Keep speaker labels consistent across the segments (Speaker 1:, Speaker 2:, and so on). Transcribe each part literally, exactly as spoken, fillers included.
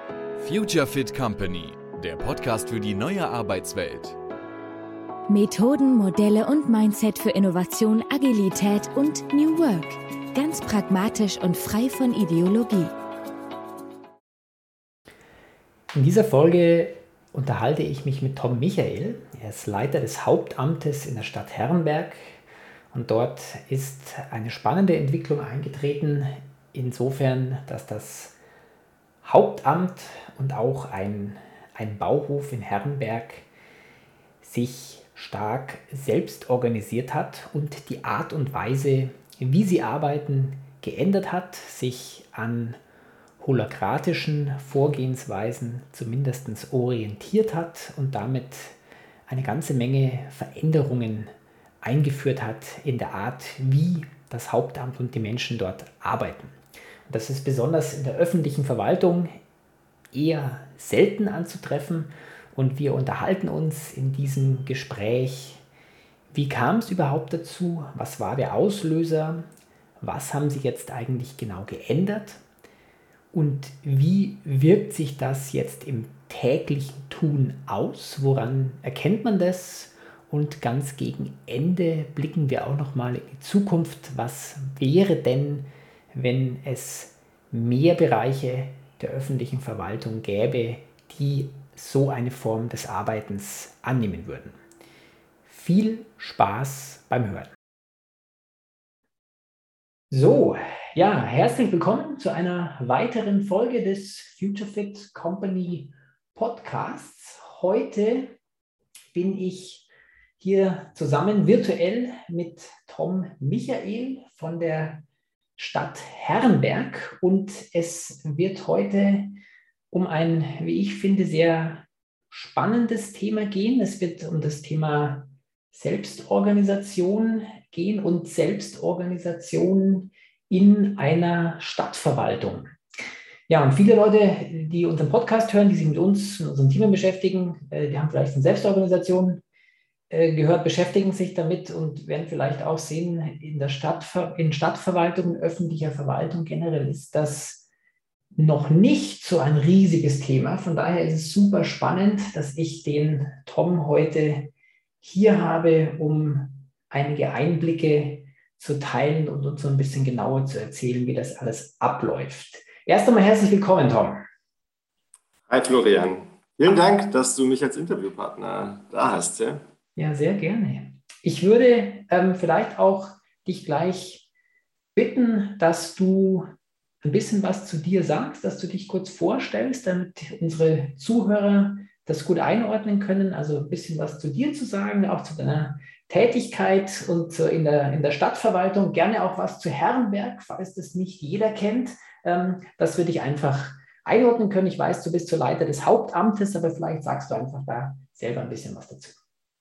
Speaker 1: Future Fit Company, der Podcast für die neue Arbeitswelt.
Speaker 2: Methoden, Modelle und Mindset für Innovation, Agilität und New Work. Ganz pragmatisch und frei von Ideologie.
Speaker 3: In dieser Folge unterhalte ich mich mit Tom Michael. Er ist Leiter des Hauptamtes in der Stadt Herrenberg und dort ist eine spannende Entwicklung eingetreten, insofern, dass das Hauptamt und auch ein, ein Bauhof in Herrenberg sich stark selbst organisiert hat und die Art und Weise, wie sie arbeiten, geändert hat, sich an holakratischen Vorgehensweisen zumindest orientiert hat und damit eine ganze Menge Veränderungen eingeführt hat in der Art, wie das Hauptamt und die Menschen dort arbeiten. Und das ist besonders in der öffentlichen Verwaltung eher selten anzutreffen und wir unterhalten uns in diesem Gespräch, wie kam es überhaupt dazu, was war der Auslöser, was haben sie jetzt eigentlich genau geändert und wie wirkt sich das jetzt im täglichen Tun aus, woran erkennt man das? Und ganz gegen Ende blicken wir auch nochmal in die Zukunft. Was wäre denn, wenn es mehr Bereiche der öffentlichen Verwaltung gäbe, die so eine Form des Arbeitens annehmen würden? Viel Spaß beim Hören. So, ja, herzlich willkommen zu einer weiteren Folge des Future Fit Company Podcasts. Heute bin ich hier zusammen virtuell mit Tom Michael von der Stadt Herrenberg und es wird heute um ein, wie ich finde, sehr spannendes Thema gehen. Es wird um das Thema Selbstorganisation gehen und Selbstorganisation in einer Stadtverwaltung. Ja, und viele Leute, die unseren Podcast hören, die sich mit uns, mit unseren Themen beschäftigen, die haben vielleicht von Selbstorganisation gehört, beschäftigen sich damit und werden vielleicht auch sehen, in der Stadt, in Stadtverwaltung, öffentlicher Verwaltung generell ist das noch nicht so ein riesiges Thema. Von daher ist es super spannend, dass ich den Tom heute hier habe, um einige Einblicke zu teilen und uns so ein bisschen genauer zu erzählen, wie das alles abläuft. Erst einmal herzlich willkommen, Tom.
Speaker 4: Hi Florian. Vielen Dank, dass du mich als Interviewpartner da hast. Ja,
Speaker 3: ja sehr gerne. Ich würde ähm, vielleicht auch dich gleich bitten, dass du ein bisschen was zu dir sagst, dass du dich kurz vorstellst, damit unsere Zuhörer das gut einordnen können. Also ein bisschen was zu dir zu sagen, auch zu deiner Tätigkeit und in der, in der Stadtverwaltung. Gerne auch was zu Herrenberg, falls das nicht jeder kennt, ähm, dass wir dich einfach einordnen können. Ich weiß, du bist der Leiter des Hauptamtes, aber vielleicht sagst du einfach da selber ein bisschen was dazu.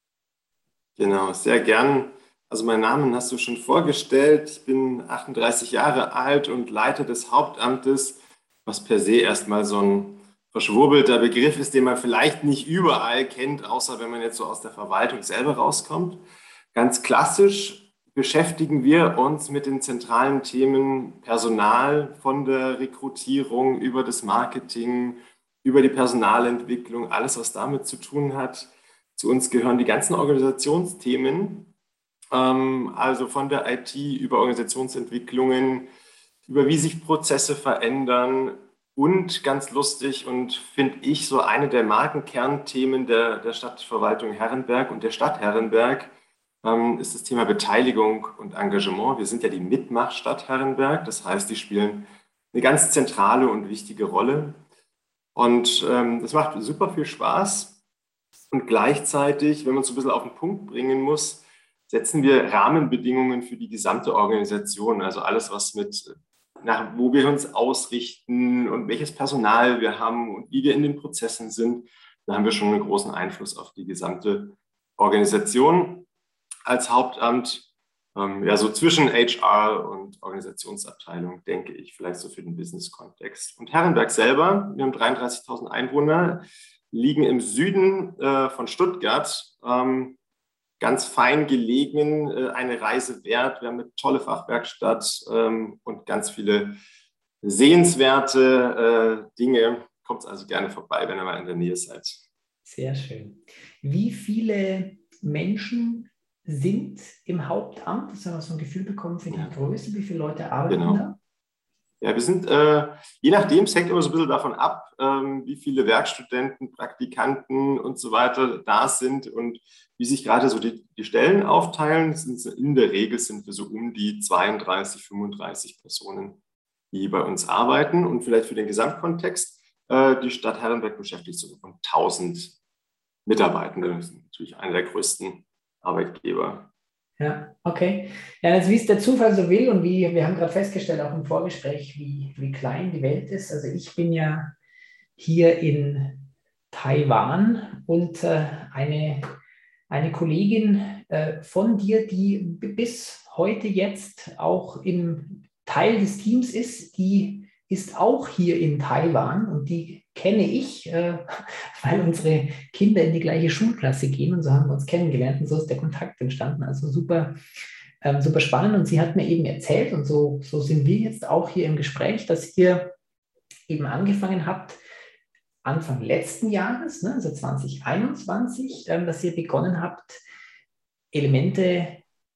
Speaker 4: Genau, sehr gern. Also meinen Namen hast du schon vorgestellt. Ich bin achtunddreißig Jahre alt und Leiter des Hauptamtes, was per se erstmal so ein verschwurbelter Begriff ist, den man vielleicht nicht überall kennt, außer wenn man jetzt so aus der Verwaltung selber rauskommt. Ganz klassisch beschäftigen wir uns mit den zentralen Themen Personal, von der Rekrutierung über das Marketing, über die Personalentwicklung, alles, was damit zu tun hat. Zu uns gehören die ganzen Organisationsthemen, also von der I T über Organisationsentwicklungen, über wie sich Prozesse verändern und ganz lustig und finde ich so eine der Markenkernthemen der, der Stadtverwaltung Herrenberg und der Stadt Herrenberg ähm, ist das Thema Beteiligung und Engagement. Wir sind ja die Mitmachstadt Herrenberg, das heißt, die spielen eine ganz zentrale und wichtige Rolle und ähm, das macht super viel Spaß und gleichzeitig, wenn man es so ein bisschen auf den Punkt bringen muss, setzen wir Rahmenbedingungen für die gesamte Organisation, also alles, was mit, nach wo wir uns ausrichten und welches Personal wir haben und wie wir in den Prozessen sind, da haben wir schon einen großen Einfluss auf die gesamte Organisation als Hauptamt. Ähm, ja, so zwischen H R und Organisationsabteilung, denke ich, vielleicht so für den Business-Kontext. Und Herrenberg selber, wir haben dreiunddreißigtausend Einwohner, liegen im Süden äh, von Stuttgart, ähm, ganz fein gelegen, äh, eine Reise wert. Wir haben eine tolle Fachwerkstatt ähm, und ganz viele sehenswerte äh, Dinge. kommt also gerne vorbei, wenn ihr mal in der Nähe seid.
Speaker 3: Sehr schön. Wie viele Menschen sind im Hauptamt? Das haben wir so ein Gefühl bekommen für die ja. Größe. Wie viele Leute arbeiten
Speaker 4: genau.
Speaker 3: da?
Speaker 4: Ja, wir sind, äh, je nachdem, es hängt immer so ein bisschen davon ab, ähm, wie viele Werkstudenten, Praktikanten und so weiter da sind und wie sich gerade so die, die Stellen aufteilen. In der Regel sind wir so um die zweiunddreißig, fünfunddreißig Personen, die bei uns arbeiten. Und vielleicht für den Gesamtkontext, äh, die Stadt Herrenberg beschäftigt so von tausend Mitarbeitenden. Das ist natürlich einer der größten Arbeitgeber.
Speaker 3: Ja, okay. Ja, also wie es der Zufall so will und wie wir haben gerade festgestellt, auch im Vorgespräch, wie, wie klein die Welt ist. Also ich bin ja hier in Taiwan und äh, eine, eine Kollegin äh, von dir, die bis heute jetzt auch im Teil des Teams ist, die ist auch hier in Taiwan und die kenne ich, äh, weil unsere Kinder in die gleiche Schulklasse gehen und so haben wir uns kennengelernt und so ist der Kontakt entstanden. Also super, ähm, super spannend und sie hat mir eben erzählt und so, so sind wir jetzt auch hier im Gespräch, dass ihr eben angefangen habt, Anfang letzten Jahres, ne, also zwanzig einundzwanzig, ähm, dass ihr begonnen habt, Elemente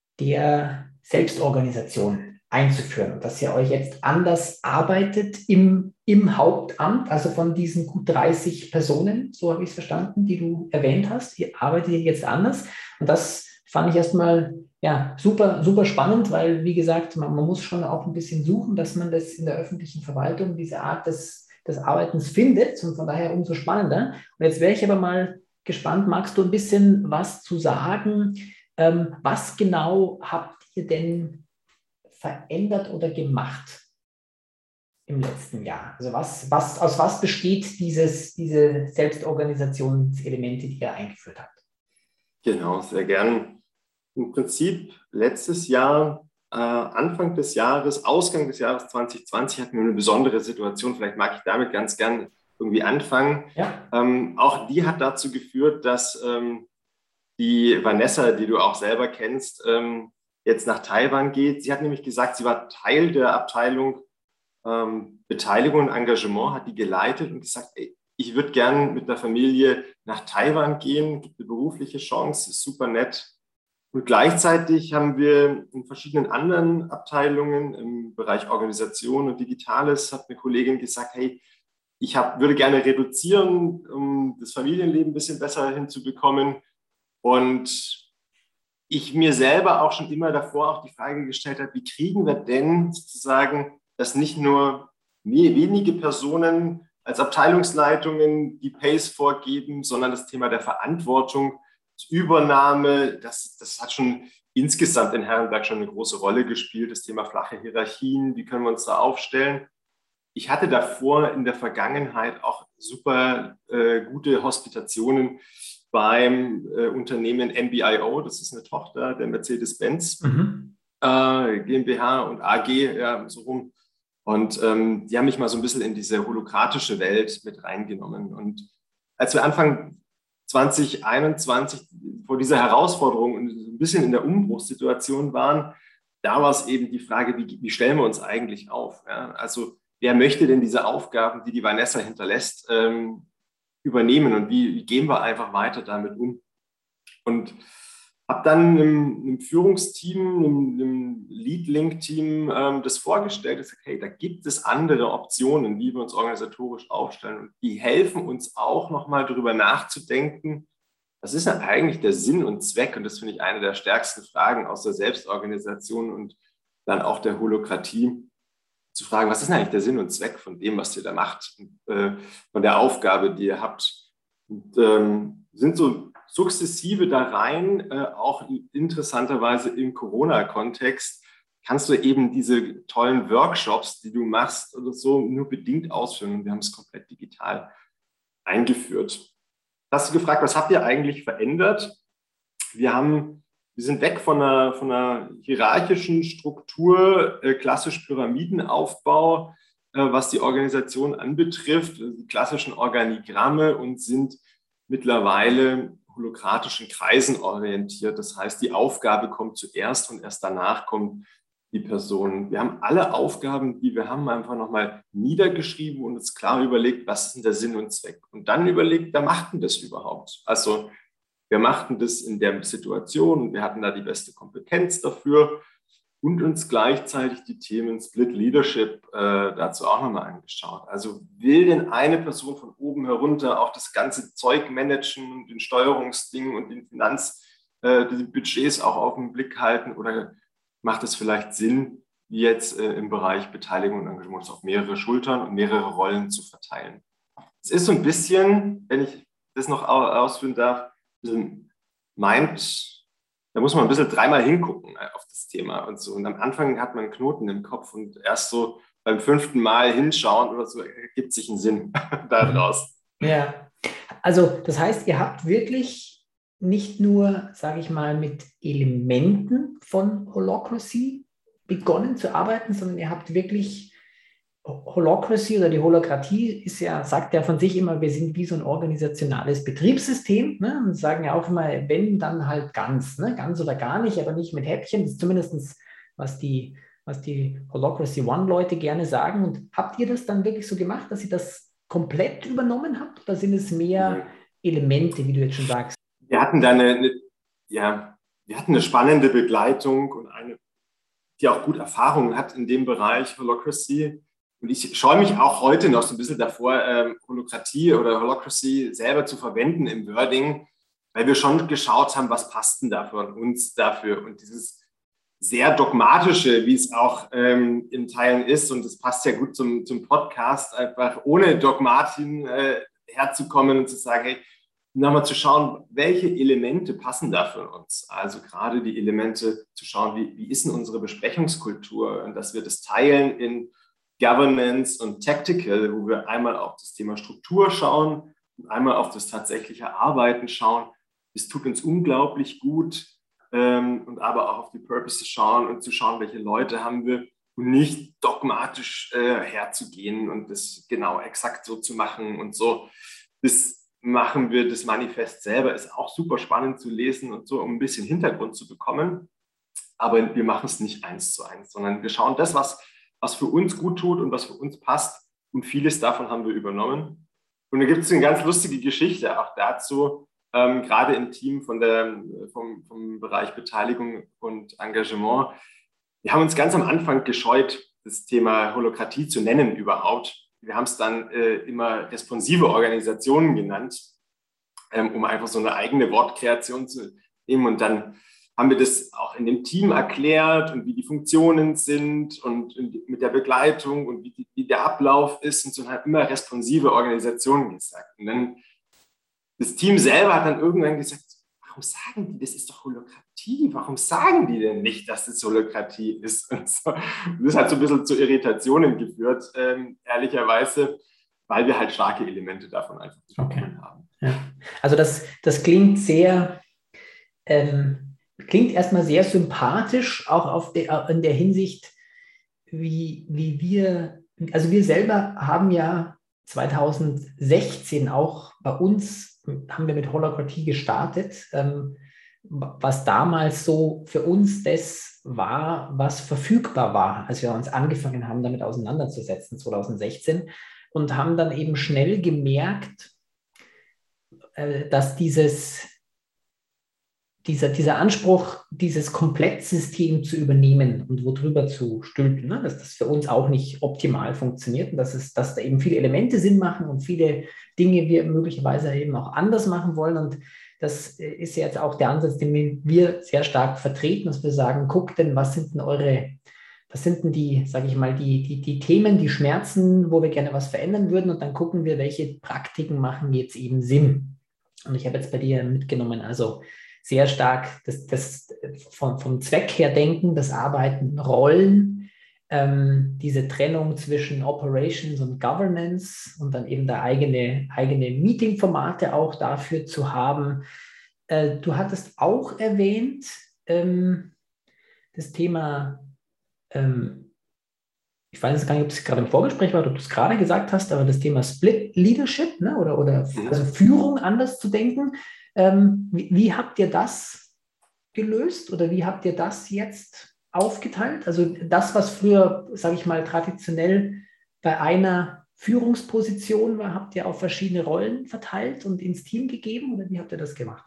Speaker 3: der Selbstorganisation einzuführen und dass ihr euch jetzt anders arbeitet im, im Hauptamt, also von diesen gut dreißig Personen, so habe ich es verstanden, die du erwähnt hast. Ihr arbeitet jetzt anders und das fand ich erstmal ja, super, super spannend, weil wie gesagt, man, man muss schon auch ein bisschen suchen, dass man das in der öffentlichen Verwaltung, diese Art des, des Arbeitens findet und von daher umso spannender. Und jetzt wäre ich aber mal gespannt, magst du ein bisschen was zu sagen, ähm, was genau habt ihr denn verändert oder gemacht im letzten Jahr? Also was, was, aus was besteht dieses, diese Selbstorganisationselemente, die ihr eingeführt habt?
Speaker 4: Genau, sehr gern. Im Prinzip letztes Jahr, äh, Anfang des Jahres, Ausgang des Jahres zwanzig zwanzig hatten wir eine besondere Situation. Vielleicht mag ich damit ganz gern irgendwie anfangen.
Speaker 3: Ja.
Speaker 4: Ähm, auch die hat dazu geführt, dass ähm, die Vanessa, die du auch selber kennst, ähm, jetzt nach Taiwan geht. Sie hat nämlich gesagt, sie war Teil der Abteilung ähm, Beteiligung und Engagement, hat die geleitet und gesagt, ey, ich würde gern mit der Familie nach Taiwan gehen, gibt eine berufliche Chance, ist super nett. Und gleichzeitig haben wir in verschiedenen anderen Abteilungen im Bereich Organisation und Digitales, hat eine Kollegin gesagt, hey, ich hab, würde gerne reduzieren, um das Familienleben ein bisschen besser hinzubekommen. Und ich mir selber auch schon immer davor auch die Frage gestellt habe, wie kriegen wir denn sozusagen, dass nicht nur wenige Personen als Abteilungsleitungen die Pace vorgeben, sondern das Thema der Verantwortung, Übernahme, das, das hat schon insgesamt in Herrenberg schon eine große Rolle gespielt, das Thema flache Hierarchien, wie können wir uns da aufstellen. Ich hatte davor in der Vergangenheit auch super äh, gute Hospitationen beim äh, Unternehmen M B I O, das ist eine Tochter der Mercedes-Benz mhm. äh, GmbH und A G, ja, so rum. Und ähm, die haben mich mal so ein bisschen in diese holokratische Welt mit reingenommen. Und als wir Anfang zwanzig einundzwanzig vor dieser Herausforderung und so ein bisschen in der Umbruchssituation waren, da war es eben die Frage, wie, wie stellen wir uns eigentlich auf? Ja? Also wer möchte denn diese Aufgaben, die die Vanessa hinterlässt, ähm, übernehmen und wie, wie gehen wir einfach weiter damit um? Und habe dann einem, einem Führungsteam, einem, einem Lead-Link-Team ähm, das vorgestellt und gesagt, hey, da gibt es andere Optionen, wie wir uns organisatorisch aufstellen und die helfen uns auch nochmal darüber nachzudenken, was ist denn eigentlich der Sinn und Zweck? Und das finde ich eine der stärksten Fragen aus der Selbstorganisation und dann auch der Holokratie, zu fragen, was ist denn eigentlich der Sinn und Zweck von dem, was ihr da macht, und, äh, von der Aufgabe, die ihr habt. Und ähm, sind so sukzessive da rein, äh, auch interessanterweise im Corona-Kontext, kannst du eben diese tollen Workshops, die du machst oder so, nur bedingt ausführen. Und wir haben es komplett digital eingeführt. Hast du gefragt, was habt ihr eigentlich verändert? Wir haben Wir sind weg von einer, von einer hierarchischen Struktur, äh, klassisch Pyramidenaufbau, äh, was die Organisation anbetrifft, die klassischen Organigramme und sind mittlerweile holokratischen Kreisen orientiert. Das heißt, die Aufgabe kommt zuerst und erst danach kommt die Person. Wir haben alle Aufgaben, die wir haben, einfach nochmal niedergeschrieben und uns klar überlegt, was ist denn der Sinn und Zweck. Und dann überlegt, wer macht denn das überhaupt? Also wir machten das in der Situation und wir hatten da die beste Kompetenz dafür und uns gleichzeitig die Themen Split Leadership äh, dazu auch nochmal angeschaut. Also will denn eine Person von oben herunter auch das ganze Zeug managen und den Steuerungsding und den Finanz, äh, die Budgets auch auf den Blick halten oder macht es vielleicht Sinn, jetzt äh, im Bereich Beteiligung und Engagement auf mehrere Schultern und mehrere Rollen zu verteilen? Es ist so ein bisschen, wenn ich das noch ausführen darf, meint, da muss man ein bisschen dreimal hingucken auf das Thema und so. Und am Anfang hat man einen Knoten im Kopf und erst so beim fünften Mal hinschauen oder so ergibt sich ein Sinn daraus.
Speaker 3: Ja, also das heißt, ihr habt wirklich nicht nur, sage ich mal, mit Elementen von Holacracy begonnen zu arbeiten, sondern ihr habt wirklich Holacracy oder die Holokratie ist ja, sagt ja von sich immer, wir sind wie so ein organisationales Betriebssystem, ne? Und sagen ja auch immer, wenn, dann halt ganz, ne? Ganz oder gar nicht, aber nicht mit Häppchen. Das ist zumindest, was die, was die Holacracy One-Leute gerne sagen. Und habt ihr das dann wirklich so gemacht, dass ihr das komplett übernommen habt? Oder sind es mehr Elemente, wie du jetzt schon sagst?
Speaker 4: Wir hatten da eine, eine ja, wir hatten eine spannende Begleitung und eine, die auch gut Erfahrung hat in dem Bereich Holacracy. Und ich scheue mich auch heute noch so ein bisschen davor, ähm, Holokratie oder Holacracy selber zu verwenden im Wording, weil wir schon geschaut haben, was passt denn da von uns dafür. Und dieses sehr dogmatische, wie es auch ähm, in Teilen ist, und das passt ja gut zum, zum Podcast, einfach ohne Dogmatin äh, herzukommen und zu sagen, hey, nochmal zu schauen, welche Elemente passen da für uns. Also gerade die Elemente zu schauen, wie, wie ist denn unsere Besprechungskultur und dass wir das teilen in Governance und Tactical, wo wir einmal auf das Thema Struktur schauen und einmal auf das tatsächliche Arbeiten schauen. Es tut uns unglaublich gut ähm, und aber auch auf die Purpose schauen und zu schauen, welche Leute haben wir und nicht dogmatisch äh, herzugehen und das genau exakt so zu machen und so. Das machen wir, das Manifest selber ist auch super spannend zu lesen und so, um ein bisschen Hintergrund zu bekommen. Aber wir machen es nicht eins zu eins, sondern wir schauen das, was was für uns gut tut und was für uns passt. Und vieles davon haben wir übernommen. Und da gibt es eine ganz lustige Geschichte auch dazu, ähm, gerade im Team von der, vom, vom Bereich Beteiligung und Engagement. Wir haben uns ganz am Anfang gescheut, das Thema Holokratie zu nennen überhaupt. Wir haben es dann äh, immer responsive Organisationen genannt, ähm, um einfach so eine eigene Wortkreation zu nehmen. Und dann haben wir das auch in dem Team erklärt und wie die Funktionen sind und mit der Begleitung und wie, die, wie der Ablauf ist und so, und haben immer responsive Organisationen gesagt. Und dann das Team selber hat dann irgendwann gesagt, warum sagen die, das ist doch Holokratie, warum sagen die denn nicht, dass das Holokratie ist? Und, so. Und das hat so ein bisschen zu Irritationen geführt, ähm, ehrlicherweise, weil wir halt starke Elemente davon einfach
Speaker 3: okay.
Speaker 4: haben.
Speaker 3: Ja. Also das, das klingt sehr... Ähm Klingt erstmal sehr sympathisch, auch auf der, in der Hinsicht, wie, wie wir, also wir selber haben ja zwanzig sechzehn auch bei uns, haben wir mit Holacratie gestartet, ähm, was damals so für uns das war, was verfügbar war, als wir uns angefangen haben, damit auseinanderzusetzen, zwanzig sechzehn, und haben dann eben schnell gemerkt, äh, dass dieses Dieser, dieser Anspruch, dieses Komplettsystem zu übernehmen und worüber zu stülpen, ne, dass das für uns auch nicht optimal funktioniert und dass, es, dass da eben viele Elemente Sinn machen und viele Dinge wir möglicherweise eben auch anders machen wollen. Und das ist jetzt auch der Ansatz, den wir sehr stark vertreten, dass wir sagen, guckt denn, was sind denn eure, was sind denn die, sage ich mal, die, die, die Themen, die Schmerzen, wo wir gerne was verändern würden, und dann gucken wir, welche Praktiken machen jetzt eben Sinn. Und ich habe jetzt bei dir mitgenommen, also sehr stark das, das vom, vom Zweck her denken, das Arbeiten, Rollen, ähm, diese Trennung zwischen Operations und Governance und dann eben da eigene, eigene Meeting-Formate auch dafür zu haben. Äh, du hattest auch erwähnt, ähm, das Thema, ähm, ich weiß gar nicht, ob es gerade im Vorgespräch war oder ob du es gerade gesagt hast, aber das Thema Split Leadership, ne, oder, oder also Führung anders zu denken. Ähm, wie, wie habt ihr das gelöst oder wie habt ihr das jetzt aufgeteilt? Also das, was früher, sage ich mal, traditionell bei einer Führungsposition war, habt ihr auf verschiedene Rollen verteilt und ins Team gegeben oder wie habt ihr das gemacht?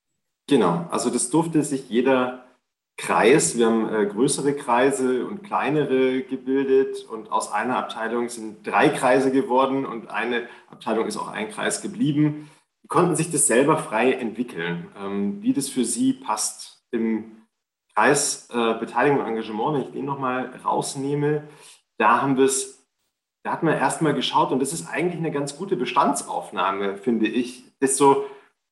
Speaker 4: Genau, also das durfte sich jeder Kreis, wir haben äh, größere Kreise und kleinere gebildet und aus einer Abteilung sind drei Kreise geworden und eine Abteilung ist auch ein Kreis geblieben. Die konnten sich das selber frei entwickeln, ähm, wie das für sie passt. Im Kreis äh, Beteiligung und Engagement, wenn ich den nochmal rausnehme, da haben wir es, da hat man erstmal geschaut und das ist eigentlich eine ganz gute Bestandsaufnahme, finde ich. Das ist so,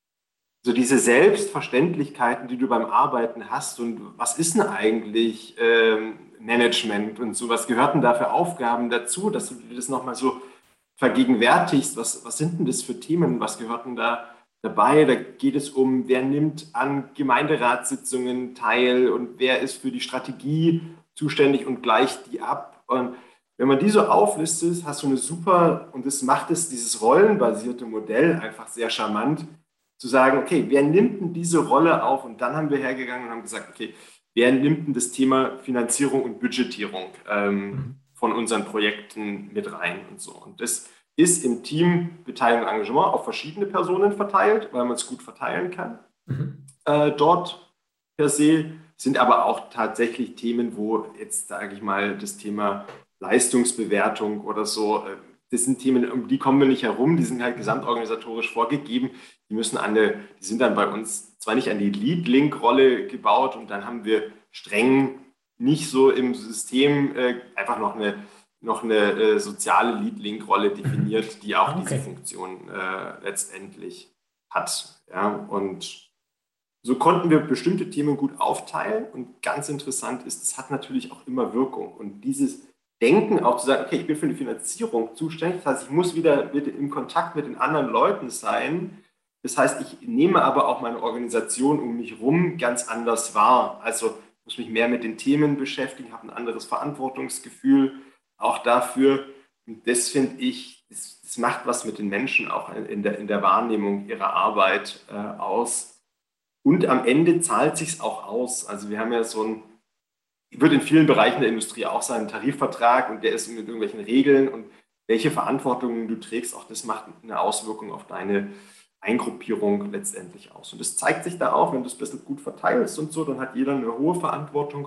Speaker 4: so diese Selbstverständlichkeiten, die du beim Arbeiten hast und was ist denn eigentlich ähm, Management und so, was gehört denn da für Aufgaben dazu, dass du dir das nochmal so vergegenwärtigst, was, was sind denn das für Themen, was gehört denn da dabei? Da geht es um, wer nimmt an Gemeinderatssitzungen teil und wer ist für die Strategie zuständig und gleicht die ab. Und wenn man die so auflistet, hast du eine super, und das macht es, dieses rollenbasierte Modell einfach sehr charmant, zu sagen, okay, wer nimmt denn diese Rolle auf? Und dann haben wir hergegangen und haben gesagt, okay, wer nimmt denn das Thema Finanzierung und Budgetierung ähm, von unseren Projekten mit rein und so. Und das ist im Team Beteiligung und Engagement auf verschiedene Personen verteilt, weil man es gut verteilen kann. Mhm. Äh, dort per se sind aber auch tatsächlich Themen, wo jetzt, sage ich mal, das Thema Leistungsbewertung oder so, äh, das sind Themen, um die kommen wir nicht herum, die sind halt gesamtorganisatorisch vorgegeben. Die müssen an eine, die sind dann bei uns zwar nicht an die Lead-Link-Rolle gebaut und dann haben wir streng nicht so im System äh, einfach noch eine, noch eine äh, soziale Lead-Link-Rolle definiert, die auch okay. diese Funktion äh, letztendlich hat. Ja? Und so konnten wir bestimmte Themen gut aufteilen und ganz interessant ist, es hat natürlich auch immer Wirkung und dieses Denken auch zu sagen, okay, ich bin für die Finanzierung zuständig, das heißt, ich muss wieder mit, im Kontakt mit den anderen Leuten sein. Das heißt, ich nehme aber auch meine Organisation um mich herum ganz anders wahr. Also ich muss mich mehr mit den Themen beschäftigen, habe ein anderes Verantwortungsgefühl auch dafür. Und das finde ich, das, das macht was mit den Menschen auch in der, in der Wahrnehmung ihrer Arbeit äh, aus. Und am Ende zahlt sich es auch aus. Also wir haben ja so ein, wird in vielen Bereichen der Industrie auch sein, ein Tarifvertrag und der ist mit irgendwelchen Regeln und welche Verantwortungen du trägst, auch das macht eine Auswirkung auf deine Eingruppierung letztendlich aus. Und das zeigt sich da auch, wenn du es ein bisschen gut verteilst und so, dann hat jeder eine hohe Verantwortung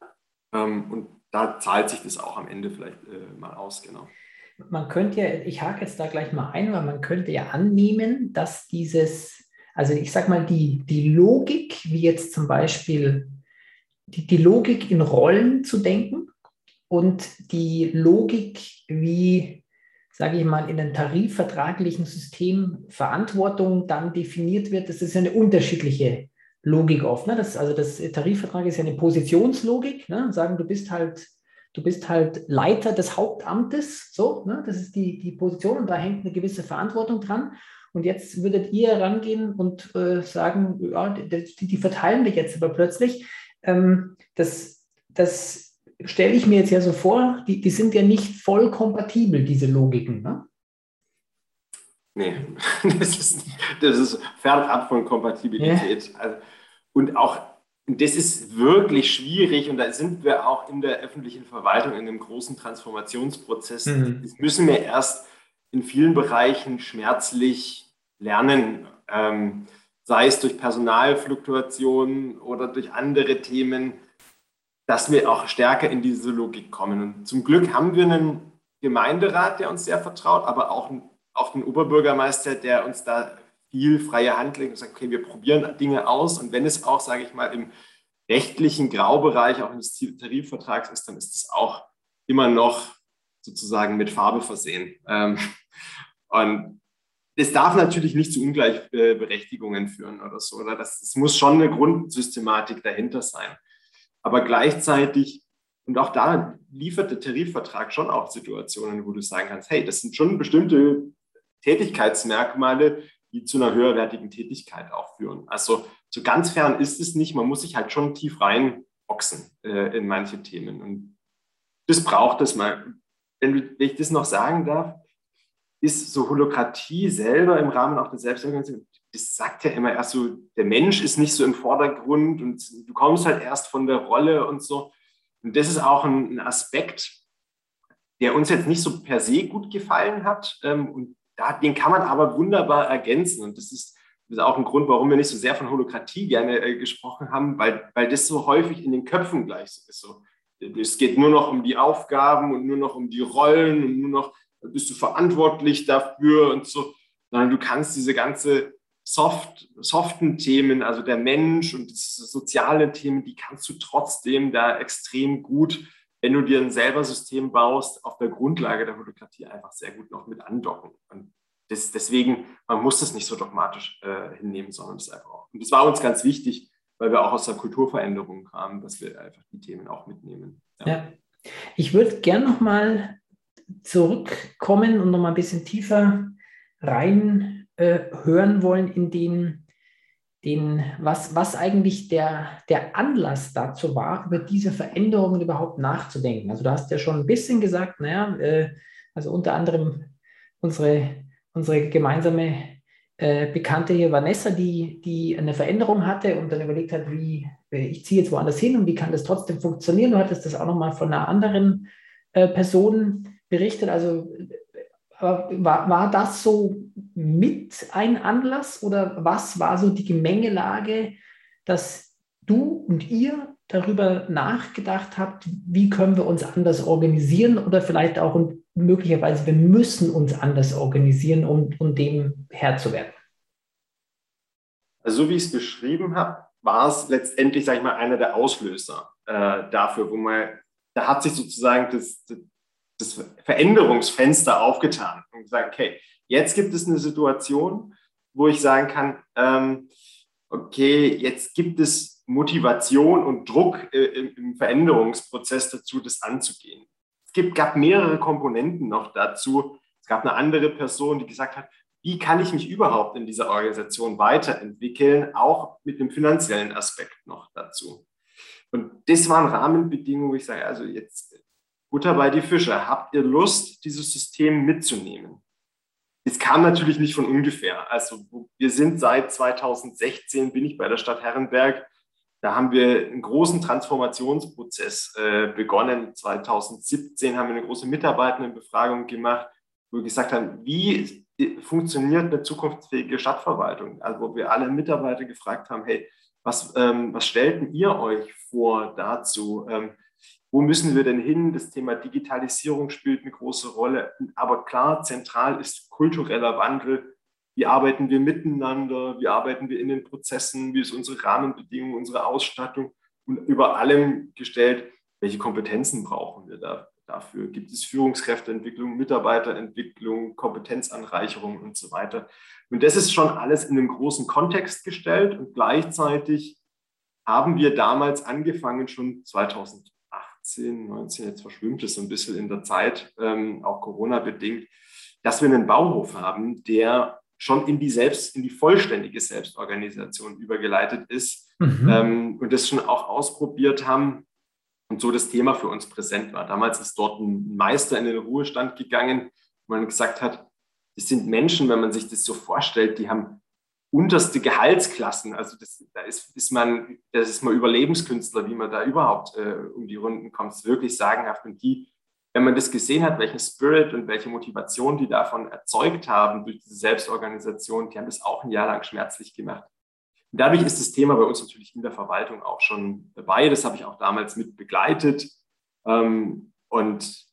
Speaker 4: ähm, und da zahlt sich das auch am Ende vielleicht äh, mal aus, genau.
Speaker 3: Man könnte ja, ich hake jetzt da gleich mal ein, weil man könnte ja annehmen, dass dieses, also ich sag mal, die, die Logik, wie jetzt zum Beispiel Die, die Logik in Rollen zu denken und die Logik, wie, sage ich mal, in einem tarifvertraglichen System Verantwortung dann definiert wird, das ist ja eine unterschiedliche Logik oft. Ne? Das, also das Tarifvertrag ist ja eine Positionslogik, ne? Sagen, du bist halt, du bist halt Leiter des Hauptamtes, so, ne? Das ist die, die Position und da hängt eine gewisse Verantwortung dran. Und jetzt würdet ihr rangehen und äh, sagen, ja, die, die verteilen wir jetzt aber plötzlich. Das, das stelle ich mir jetzt ja so vor, die, die sind ja nicht voll kompatibel, diese Logiken, ne?
Speaker 4: Nee, das ist, das ist fernab von Kompatibilität. Ja. Also, und auch, das ist wirklich schwierig und da sind wir auch in der öffentlichen Verwaltung in einem großen Transformationsprozess. Mhm. Das müssen wir erst in vielen Bereichen schmerzlich lernen. Ähm, sei es durch Personalfluktuationen oder durch andere Themen, dass wir auch stärker in diese Logik kommen. Und zum Glück haben wir einen Gemeinderat, der uns sehr vertraut, aber auch, auch einen Oberbürgermeister, der uns da viel freie Hand legt und sagt, okay, wir probieren Dinge aus und wenn es auch, sage ich mal, im rechtlichen Graubereich, auch des Tarifvertrags ist, dann ist es auch immer noch sozusagen mit Farbe versehen. Und es darf natürlich nicht zu Ungleichberechtigungen führen oder so. Oder das, es muss schon eine Grundsystematik dahinter sein. Aber gleichzeitig, und auch da liefert der Tarifvertrag schon auch Situationen, wo du sagen kannst, hey, das sind schon bestimmte Tätigkeitsmerkmale, die zu einer höherwertigen Tätigkeit auch führen. Also so ganz fern ist es nicht. Man muss sich halt schon tief reinboxen äh, in manche Themen. Und das braucht es mal. Wenn, wenn ich das noch sagen darf, ist so Holokratie selber im Rahmen auch der Selbstorganisation, das sagt ja immer erst so, der Mensch ist nicht so im Vordergrund und du kommst halt erst von der Rolle und so. Und das ist auch ein, ein Aspekt, der uns jetzt nicht so per se gut gefallen hat. Ähm, und da, den kann man aber wunderbar ergänzen. Und das ist, das ist auch ein Grund, warum wir nicht so sehr von Holokratie gerne äh, gesprochen haben, weil, weil das so häufig in den Köpfen gleich so ist. So, es geht nur noch um die Aufgaben und nur noch um die Rollen und nur noch bist du verantwortlich dafür und so. Sondern du kannst diese ganze soft, soften Themen, also der Mensch und das soziale Themen, die kannst du trotzdem da extrem gut, wenn du dir ein selber System baust, auf der Grundlage der Holokratie einfach sehr gut noch mit andocken. Und das, deswegen, man muss das nicht so dogmatisch äh, hinnehmen, sondern das einfach auch. Und das war uns ganz wichtig, weil wir auch aus der Kulturveränderung kamen, dass wir einfach die Themen auch mitnehmen.
Speaker 3: Ja, ja. Ich würde gerne nochmal zurückkommen und nochmal ein bisschen tiefer rein äh, hören wollen in den, den was, was eigentlich der, der Anlass dazu war, über diese Veränderungen überhaupt nachzudenken. Also du hast ja schon ein bisschen gesagt, naja, äh, also unter anderem unsere, unsere gemeinsame äh, Bekannte hier, Vanessa, die, die eine Veränderung hatte und dann überlegt hat, wie, ich ziehe jetzt woanders hin und wie kann das trotzdem funktionieren. Du hattest das auch nochmal von einer anderen äh, Person berichtet. Also aber war, war das so mit ein Anlass oder was war so die Gemengelage, dass du und ihr darüber nachgedacht habt, wie können wir uns anders organisieren oder vielleicht auch und möglicherweise wir müssen uns anders organisieren, um, um dem Herr zu werden?
Speaker 4: Also so wie ich es beschrieben habe, war es letztendlich, sage ich mal, einer der Auslöser äh, dafür, wo man, da hat sich sozusagen das, das Veränderungsfenster aufgetan und gesagt, okay, jetzt gibt es eine Situation, wo ich sagen kann, ähm, okay, jetzt gibt es Motivation und Druck äh, im, im Veränderungsprozess dazu, das anzugehen. Es gibt, gab mehrere Komponenten noch dazu. Es gab eine andere Person, die gesagt hat, wie kann ich mich überhaupt in dieser Organisation weiterentwickeln, auch mit dem finanziellen Aspekt noch dazu. Und das waren Rahmenbedingungen, wo ich sage, also jetzt Butter bei die Fische, habt ihr Lust, dieses System mitzunehmen? Es kam natürlich nicht von ungefähr. Also wir sind seit zweitausendsechzehn, bin ich bei der Stadt Herrenberg, da haben wir einen großen Transformationsprozess äh, begonnen. zweitausendsiebzehn haben wir eine große Mitarbeitendenbefragung gemacht, wo wir gesagt haben, wie funktioniert eine zukunftsfähige Stadtverwaltung? Also wo wir alle Mitarbeiter gefragt haben, hey, was, ähm, was stellten ihr euch vor dazu? Ähm, wo müssen wir denn hin? Das Thema Digitalisierung spielt eine große Rolle. Aber klar, zentral ist kultureller Wandel. Wie arbeiten wir miteinander? Wie arbeiten wir in den Prozessen? Wie ist unsere Rahmenbedingung, unsere Ausstattung? Und über allem gestellt, welche Kompetenzen brauchen wir da? Dafür gibt es Führungskräfteentwicklung, Mitarbeiterentwicklung, Kompetenzanreicherung und so weiter. Und das ist schon alles in einem großen Kontext gestellt. Und gleichzeitig haben wir damals angefangen, schon zweitausendachtzehn, neunzehn, jetzt verschwimmt es so ein bisschen in der Zeit, ähm, auch Corona-bedingt, dass wir einen Bauhof haben, der schon in die, Selbst, in die vollständige Selbstorganisation übergeleitet ist mhm. ähm, und das schon auch ausprobiert haben. Und so das Thema für uns präsent war. Damals ist dort ein Meister in den Ruhestand gegangen, wo man gesagt hat, das sind Menschen, wenn man sich das so vorstellt, die haben unterste Gehaltsklassen. Also das, da ist, ist man, das ist mal Überlebenskünstler, wie man da überhaupt äh, um die Runden kommt. Das ist wirklich sagenhaft. Und die, wenn man das gesehen hat, welchen Spirit und welche Motivation die davon erzeugt haben durch diese Selbstorganisation, die haben das auch ein Jahr lang schmerzlich gemacht. Und dadurch ist das Thema bei uns natürlich in der Verwaltung auch schon dabei. Das habe ich auch damals mit begleitet. Und, und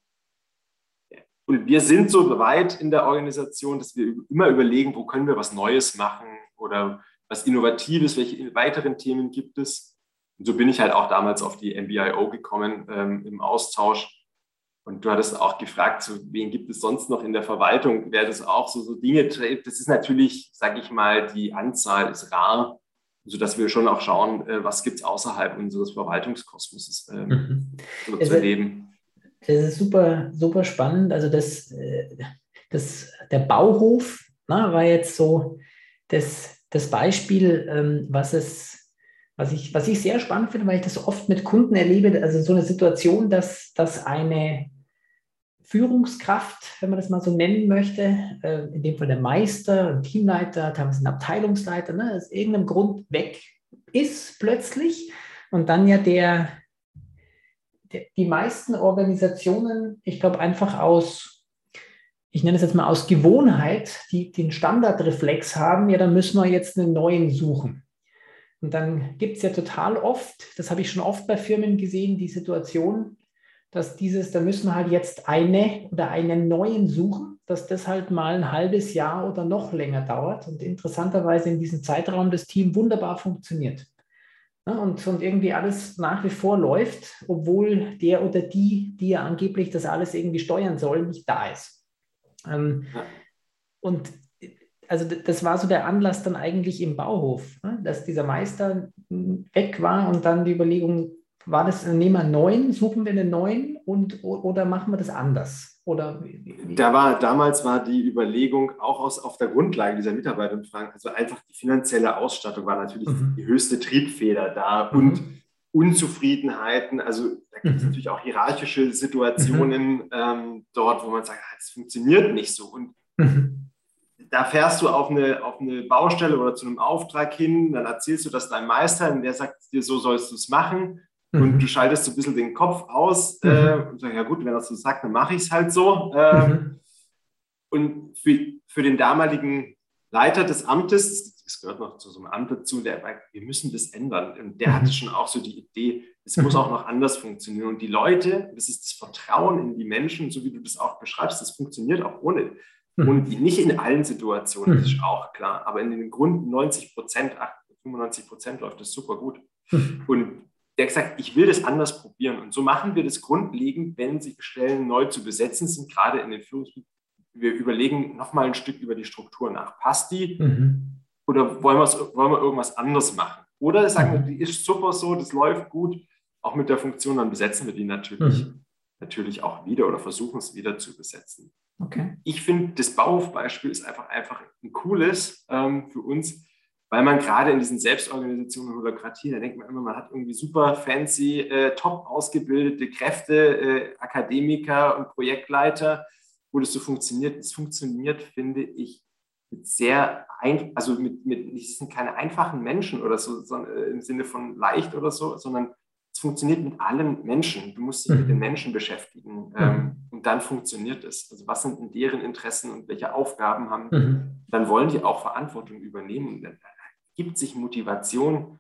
Speaker 4: wir sind so weit in der Organisation, dass wir immer überlegen, wo können wir was Neues machen oder was Innovatives, welche weiteren Themen gibt es. Und so bin ich halt auch damals auf die M B I O gekommen ähm, im Austausch. Und du hattest auch gefragt, so, wen gibt es sonst noch in der Verwaltung? Wäre das auch so, so Dinge, das ist natürlich, sage ich mal, die Anzahl ist rar, sodass wir schon auch schauen, was gibt es außerhalb unseres Verwaltungskosmoses ähm, mhm. so zu erleben.
Speaker 3: Das ist super, super spannend. Also das, das, der Bauhof na, war jetzt so das, das Beispiel, ähm, was, es, was, ich, was ich sehr spannend finde, weil ich das oft mit Kunden erlebe, also so eine Situation, dass, dass eine Führungskraft, wenn man das mal so nennen möchte, äh, in dem Fall der Meister, ein Teamleiter, teilweise ein Abteilungsleiter, ne, aus irgendeinem Grund weg ist plötzlich und dann ja der, die meisten Organisationen, ich glaube einfach aus, ich nenne es jetzt mal aus Gewohnheit, die den Standardreflex haben, ja, dann müssen wir jetzt einen neuen suchen. Und dann gibt es ja total oft, das habe ich schon oft bei Firmen gesehen, die Situation, dass dieses, da müssen wir halt jetzt eine oder einen neuen suchen, dass das halt mal ein halbes Jahr oder noch länger dauert und interessanterweise in diesem Zeitraum das Team wunderbar funktioniert. Ja, und, und irgendwie alles nach wie vor läuft, obwohl der oder die, die ja angeblich das alles irgendwie steuern soll, nicht da ist. Ähm, ja. Und also das war so der Anlass dann eigentlich im Bauhof, ne? Dass dieser Meister weg war und dann die Überlegung, war das, nehmen wir einen neuen, suchen wir einen neuen und, oder machen wir das anders? Oder wie?
Speaker 4: Da war, damals war die Überlegung auch aus, auf der Grundlage dieser Mitarbeiterumfragen, also einfach die finanzielle Ausstattung war natürlich mhm. die höchste Triebfeder da mhm. und Unzufriedenheiten, also da gibt es mhm. natürlich auch hierarchische Situationen mhm. ähm, dort, wo man sagt, es funktioniert nicht so und mhm. da fährst du auf eine, auf eine Baustelle oder zu einem Auftrag hin, dann erzählst du das deinem Meister und der sagt dir, so sollst du es machen. Und mhm. du schaltest so ein bisschen den Kopf aus mhm. äh, und sagst, ja gut, wenn er so sagt, dann mache ich es halt so. Äh, mhm. Und für, für den damaligen Leiter des Amtes, das gehört noch zu so einem Amt dazu, der sagt, wir müssen das ändern. Und der mhm. hatte schon auch so die Idee, es mhm. muss auch noch anders funktionieren. Und die Leute, das ist das Vertrauen in die Menschen, so wie du das auch beschreibst, das funktioniert auch ohne. Mhm. Und nicht in allen Situationen, das ist auch klar, aber in den Grund neunzig Prozent, fünfundneunzig Prozent läuft das super gut. Mhm. Und der hat gesagt, ich will das anders probieren. Und so machen wir das grundlegend, wenn sich Stellen neu zu besetzen sind, gerade in den Führungsbereichen. Wir überlegen nochmal ein Stück über die Struktur nach. Passt die? Mhm. Oder wollen, wollen wir irgendwas anderes machen? Oder sagen wir, die ist super so, das läuft gut, auch mit der Funktion, dann besetzen wir die natürlich, mhm. natürlich auch wieder oder versuchen es wieder zu besetzen. Okay. Ich finde, das Bauhofbeispiel ist einfach, einfach ein cooles ähm, für uns, weil man gerade in diesen Selbstorganisationen und Holokratie, da denkt man immer, man hat irgendwie super fancy, äh, top ausgebildete Kräfte, äh, Akademiker und Projektleiter, wo das so funktioniert. Es funktioniert, finde ich, mit sehr, ein, also mit, mit, es sind keine einfachen Menschen oder so, sondern äh, im Sinne von leicht oder so, sondern es funktioniert mit allen Menschen. Du musst dich mhm. mit den Menschen beschäftigen ähm, mhm. und dann funktioniert es. Also was sind denn deren Interessen und welche Aufgaben haben die? Mhm. Dann wollen die auch Verantwortung übernehmen. Gibt sich Motivation.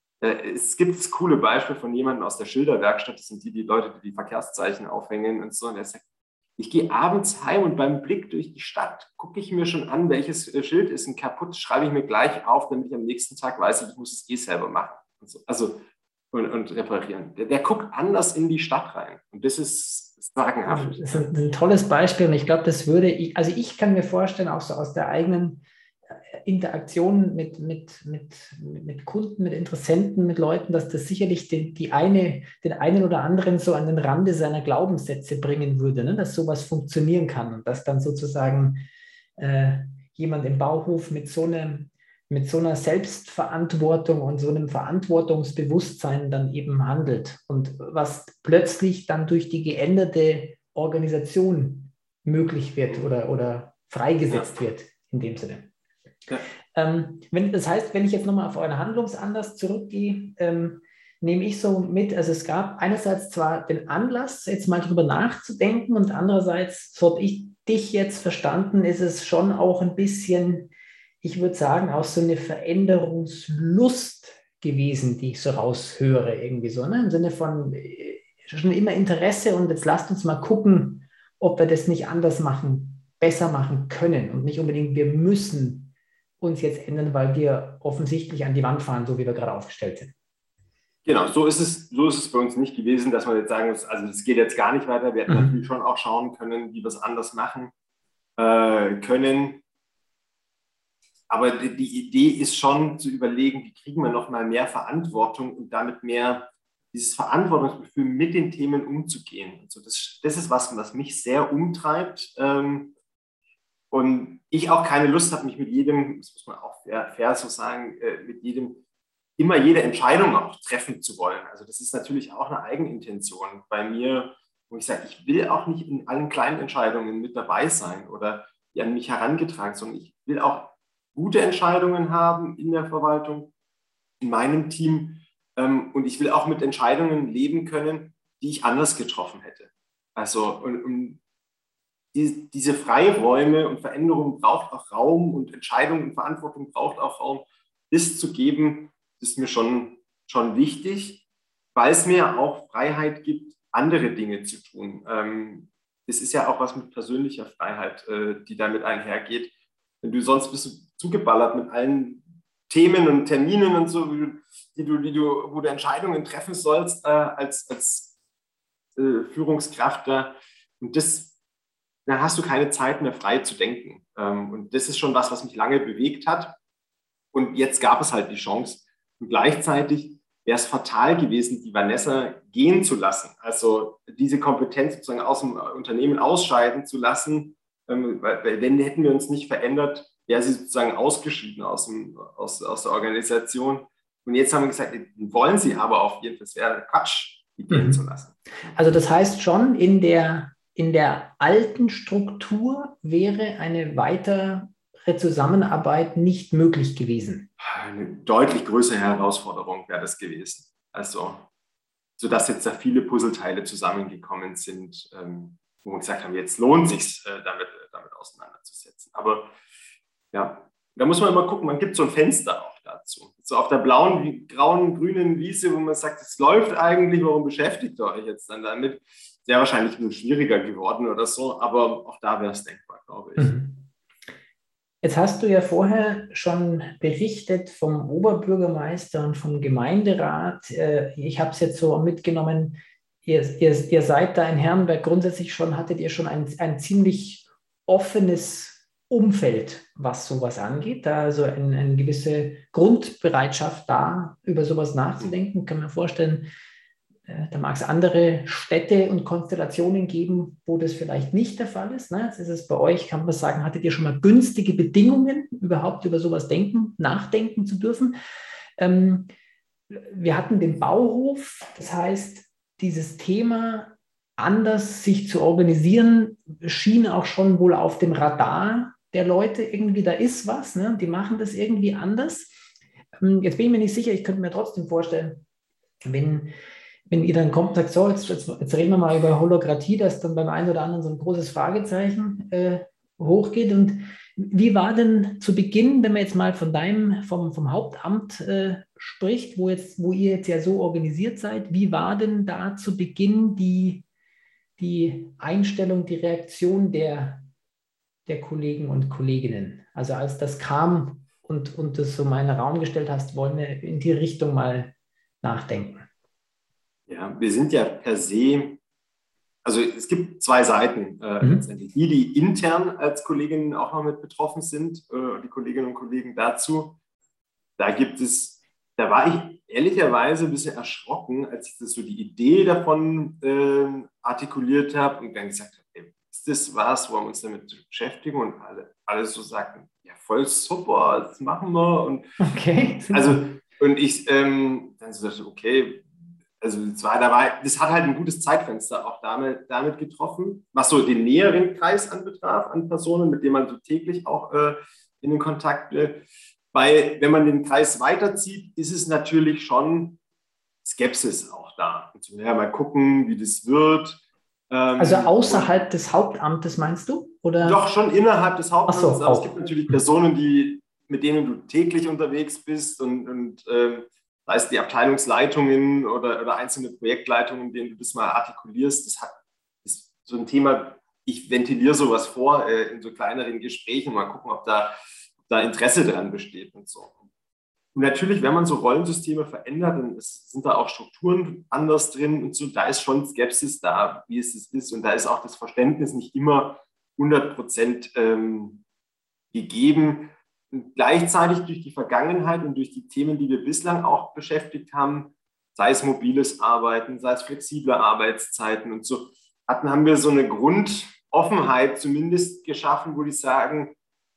Speaker 4: Es gibt das coole Beispiel von jemandem aus der Schilderwerkstatt, das sind die, die Leute, die die Verkehrszeichen aufhängen und so. Und der sagt, ich gehe abends heim und beim Blick durch die Stadt gucke ich mir schon an, welches Schild ist denn kaputt, schreibe ich mir gleich auf, damit ich am nächsten Tag weiß, ich muss es eh selber machen. Und so. Also und, und reparieren. Der, der guckt anders in die Stadt rein. Und das ist sagenhaft.
Speaker 3: Das ist ein, ein tolles Beispiel und ich glaube, das würde ich, also ich kann mir vorstellen, auch so aus der eigenen Interaktion mit, mit, mit, mit Kunden, mit Interessenten, mit Leuten, dass das sicherlich den, die eine, den einen oder anderen so an den Rande seiner Glaubenssätze bringen würde, ne? Dass sowas funktionieren kann und dass dann sozusagen äh, jemand im Bauhof mit so, einem, mit so einer Selbstverantwortung und so einem Verantwortungsbewusstsein dann eben handelt und was plötzlich dann durch die geänderte Organisation möglich wird oder, oder freigesetzt ja. wird in dem Sinne. Ja. Ähm, wenn, das heißt, wenn ich jetzt nochmal auf euren Handlungsanlass zurückgehe, ähm, nehme ich so mit, also es gab einerseits zwar den Anlass, jetzt mal drüber nachzudenken und andererseits, so habe ich dich jetzt verstanden, ist es schon auch ein bisschen, ich würde sagen, auch so eine Veränderungslust gewesen, die ich so raushöre irgendwie so, ne? Im Sinne von äh, schon immer Interesse und jetzt lasst uns mal gucken, ob wir das nicht anders machen, besser machen können und nicht unbedingt wir müssen uns jetzt ändern, weil wir offensichtlich an die Wand fahren, so wie wir gerade aufgestellt sind.
Speaker 4: Genau, so ist es, so ist es bei uns nicht gewesen, dass man jetzt sagen muss, also das geht jetzt gar nicht weiter. Wir hätten mhm. natürlich schon auch schauen können, wie wir es anders machen äh, können. Aber die, die Idee ist schon zu überlegen, wie kriegen wir noch mal mehr Verantwortung und damit mehr dieses Verantwortungsgefühl mit den Themen umzugehen. Also das, das ist was, was mich sehr umtreibt. Ähm, Und ich auch keine Lust habe, mich mit jedem, das muss man auch fair, fair so sagen, äh, mit jedem, immer jede Entscheidung auch treffen zu wollen. Also das ist natürlich auch eine Eigenintention bei mir, wo ich sage, ich will auch nicht in allen kleinen Entscheidungen mit dabei sein oder die an mich herangetragen, sondern ich will auch gute Entscheidungen haben in der Verwaltung, in meinem Team. Ähm, und ich will auch mit Entscheidungen leben können, die ich anders getroffen hätte. Also und, und die, diese Freiräume und Veränderung braucht auch Raum und Entscheidung und Verantwortung braucht auch Raum. Das zu geben, ist mir schon, schon wichtig, weil es mir auch Freiheit gibt, andere Dinge zu tun. Ähm, es ist ja auch was mit persönlicher Freiheit, äh, die damit einhergeht. Wenn du sonst bist du zugeballert mit allen Themen und Terminen und so, die du, die du, wo du Entscheidungen treffen sollst äh, als, als äh, Führungskraft da. Und das, dann hast du keine Zeit mehr frei zu denken. Ähm, und das ist schon was, was mich lange bewegt hat. Und jetzt gab es halt die Chance. Und gleichzeitig wäre es fatal gewesen, die Vanessa gehen zu lassen. Also diese Kompetenz sozusagen aus dem Unternehmen ausscheiden zu lassen. Ähm, weil, weil wenn hätten wir uns nicht verändert, wäre sie sozusagen ausgeschieden aus, dem, aus, aus der Organisation. Und jetzt haben wir gesagt, wollen sie aber auf jeden Fall, es wäre Quatsch, die gehen
Speaker 3: Mhm.
Speaker 4: zu lassen.
Speaker 3: Also das heißt schon, in der, in der alten Struktur wäre eine weitere Zusammenarbeit nicht möglich gewesen.
Speaker 4: Eine deutlich größere Herausforderung wäre das gewesen. Also, sodass jetzt da viele Puzzleteile zusammengekommen sind, ähm, wo wir gesagt haben, jetzt lohnt es sich, äh, damit, damit auseinanderzusetzen. Aber ja, da muss man immer gucken, man gibt so ein Fenster auch dazu. So auf der blauen, grauen, grünen Wiese, wo man sagt, es läuft eigentlich, warum beschäftigt ihr euch jetzt dann damit? Sehr wahrscheinlich ein bisschen schwieriger geworden oder so, aber auch da wäre es denkbar, glaube ich.
Speaker 3: Mhm. Jetzt hast du ja vorher schon berichtet vom Oberbürgermeister und vom Gemeinderat. Ich habe es jetzt so mitgenommen, ihr, ihr, ihr seid da in Herrenberg grundsätzlich schon, hattet ihr schon ein, ein ziemlich offenes Umfeld, was sowas angeht. Da also eine, eine gewisse Grundbereitschaft da, über sowas nachzudenken. Kann man vorstellen, da mag es andere Städte und Konstellationen geben, wo das vielleicht nicht der Fall ist. Jetzt ist es bei euch, kann man sagen, hattet ihr schon mal günstige Bedingungen, überhaupt über sowas denken, nachdenken zu dürfen. Wir hatten den Bauhof, das heißt, dieses Thema anders sich zu organisieren, schien auch schon wohl auf dem Radar der Leute irgendwie, da ist was, ne? Die machen das irgendwie anders. Jetzt bin ich mir nicht sicher, ich könnte mir trotzdem vorstellen, wenn Wenn ihr dann kommt und sagt, so, jetzt, jetzt, jetzt reden wir mal über Holokratie, dass dann beim einen oder anderen so ein großes Fragezeichen äh, hochgeht. Und wie war denn zu Beginn, wenn man jetzt mal von deinem, vom, vom Hauptamt äh, spricht, wo, jetzt, wo ihr jetzt ja so organisiert seid, wie war denn da zu Beginn die, die Einstellung, die Reaktion der, der Kollegen und Kolleginnen? Also als das kam und, und das so mal in den Raum gestellt hast, wollen wir in die Richtung mal nachdenken.
Speaker 4: Ja, wir sind ja per se, also es gibt zwei Seiten äh,
Speaker 3: Mhm.
Speaker 4: letztendlich. Die, die intern als Kolleginnen auch noch mit betroffen sind, äh, die Kolleginnen und Kollegen dazu. Da gibt es, da war ich ehrlicherweise ein bisschen erschrocken, als ich das so die Idee davon äh, artikuliert habe und dann gesagt habe, ey, ist das was, wo wir uns damit beschäftigen? Und alle, alle so sagten, ja voll super, das machen wir. Und
Speaker 3: Okay.
Speaker 4: also, und ich ähm, dann so dachte, okay, also das, war, da war, das hat halt ein gutes Zeitfenster auch damit, damit getroffen, was so den näheren Kreis anbetraf an Personen, mit denen man so täglich auch äh, in den Kontakt will. Weil wenn man den Kreis weiterzieht, ist es natürlich schon Skepsis auch da. Und so, ja, mal gucken, wie das wird. Ähm,
Speaker 3: also außerhalb des Hauptamtes meinst du? Oder?
Speaker 4: Doch, schon innerhalb des Hauptamtes.
Speaker 3: Ach so,
Speaker 4: aber es
Speaker 3: auch.
Speaker 4: gibt natürlich Personen, die, mit denen du täglich unterwegs bist und, und ähm, sei es die Abteilungsleitungen oder, oder einzelne Projektleitungen, denen du das mal artikulierst, das hat, ist so ein Thema, ich ventiliere sowas vor äh, in so kleineren Gesprächen, mal gucken, ob da, ob da Interesse dran besteht und so. Und natürlich, wenn man so Rollensysteme verändert, dann ist, sind da auch Strukturen anders drin und so, da ist schon Skepsis da, wie es ist und da ist auch das Verständnis nicht immer hundert Prozent ähm, gegeben. Und gleichzeitig durch die Vergangenheit und durch die Themen, die wir bislang auch beschäftigt haben, sei es mobiles Arbeiten, sei es flexible Arbeitszeiten und so, hatten, haben wir so eine Grundoffenheit zumindest geschaffen, wo die sagen,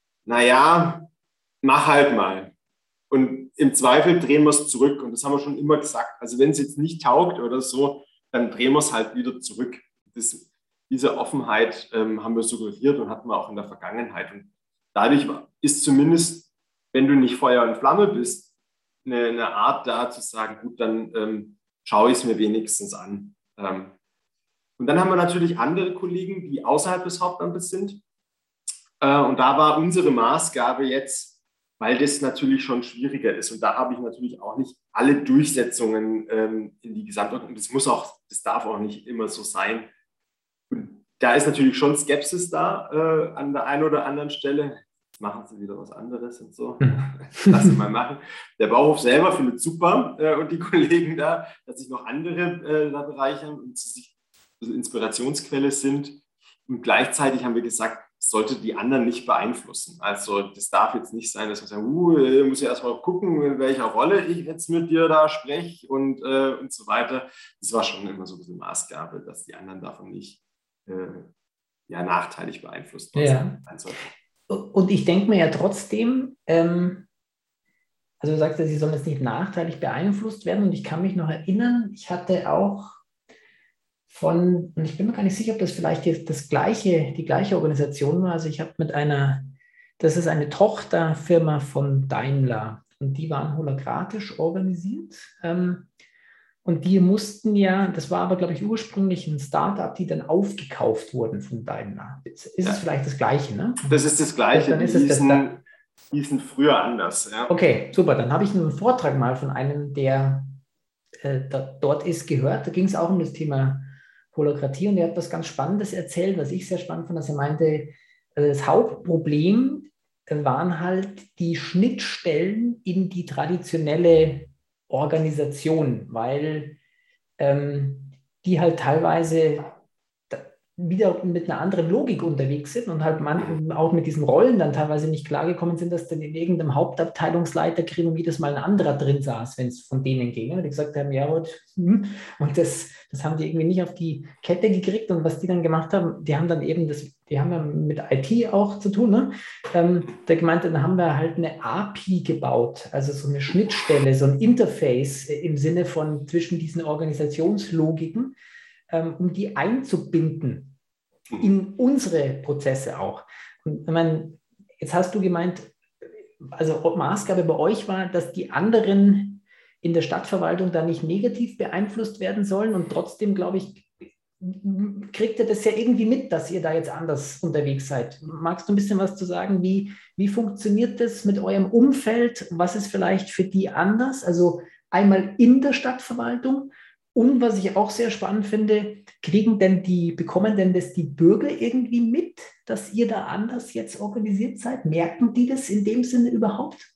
Speaker 4: naja, mach halt mal. Und im Zweifel drehen wir es zurück. Und das haben wir schon immer gesagt. Also wenn es jetzt nicht taugt oder so, dann drehen wir es halt wieder zurück. Das, diese Offenheit ähm, haben wir suggeriert und hatten wir auch in der Vergangenheit. Und dadurch ist zumindest, wenn du nicht Feuer und Flamme bist, eine, eine Art da zu sagen, gut, dann ähm, schaue ich es mir wenigstens an. Ähm, und dann haben wir natürlich andere Kollegen, die außerhalb des Hauptamtes sind. Äh, und da war unsere Maßgabe jetzt, weil das natürlich schon schwieriger ist. Und da habe ich natürlich auch nicht alle Durchsetzungen ähm, in die Gesamtordnung. Das muss auch, das darf auch nicht immer so sein. Und da ist natürlich schon Skepsis da äh, an der einen oder anderen Stelle. Jetzt machen sie wieder was anderes und so. Lass sie mal machen. Der Bauhof selber findet super äh, und die Kollegen da, dass sich noch andere äh, da bereichern und sie sich also Inspirationsquelle sind. Und gleichzeitig haben wir gesagt, sollte die anderen nicht beeinflussen. Also das darf jetzt nicht sein, dass wir sagen, uh, ich muss ja erstmal gucken, in welcher Rolle ich jetzt mit dir da spreche und, äh, und so weiter. Das war schon immer so ein bisschen Maßgabe, dass die anderen davon nicht äh, ja, nachteilig beeinflusst werden.
Speaker 3: Ja. Und ich denke mir ja trotzdem, ähm, also du sagst ja, sie sollen jetzt nicht nachteilig beeinflusst werden und ich kann mich noch erinnern, ich hatte auch von, und ich bin mir gar nicht sicher, ob das vielleicht jetzt das gleiche, die gleiche Organisation war. Also ich habe mit einer, das ist eine Tochterfirma von Daimler und die waren holokratisch organisiert. Ähm, und die mussten ja, das war aber, glaube ich, ursprünglich ein Startup, die dann aufgekauft wurden von Daimler. Ist es ja. vielleicht das Gleiche, ne?
Speaker 4: Das ist das Gleiche.
Speaker 3: Dann ist
Speaker 4: die
Speaker 3: es das da.
Speaker 4: hießen früher anders. Ja.
Speaker 3: Okay, super. Dann habe ich einen Vortrag mal von einem, der äh, da, dort ist, gehört. Da ging es auch um das Thema Holokratie und er hat was ganz Spannendes erzählt, was ich sehr spannend fand, dass er meinte, das Hauptproblem waren halt die Schnittstellen in die traditionelle Organisation, weil ähm, die halt teilweise wieder mit einer anderen Logik unterwegs sind und halt man, auch mit diesen Rollen dann teilweise nicht klargekommen sind, dass dann in irgendeinem Hauptabteilungsleitergremium jedes Mal ein anderer drin saß, wenn es von denen ging. Und die gesagt haben, ja, und, und das, das haben die irgendwie nicht auf die Kette gekriegt. Und was die dann gemacht haben, die haben dann eben, das, die haben ja mit I T auch zu tun, ne? Ähm, da gemeint, dann haben wir halt eine A P I gebaut, also so eine Schnittstelle, so ein Interface im Sinne von zwischen diesen Organisationslogiken, um die einzubinden in unsere Prozesse auch. Und ich meine, jetzt hast du gemeint, also Maßgabe bei euch war, dass die anderen in der Stadtverwaltung da nicht negativ beeinflusst werden sollen und trotzdem, glaube ich, kriegt ihr das ja irgendwie mit, dass ihr da jetzt anders unterwegs seid. Magst du ein bisschen was zu sagen? Wie, wie funktioniert das mit eurem Umfeld? Was ist vielleicht für die anders? Also einmal in der Stadtverwaltung. Und was ich auch sehr spannend finde, kriegen denn die, bekommen denn das die Bürger irgendwie mit, dass ihr da anders jetzt organisiert seid? Merken die das in dem Sinne überhaupt?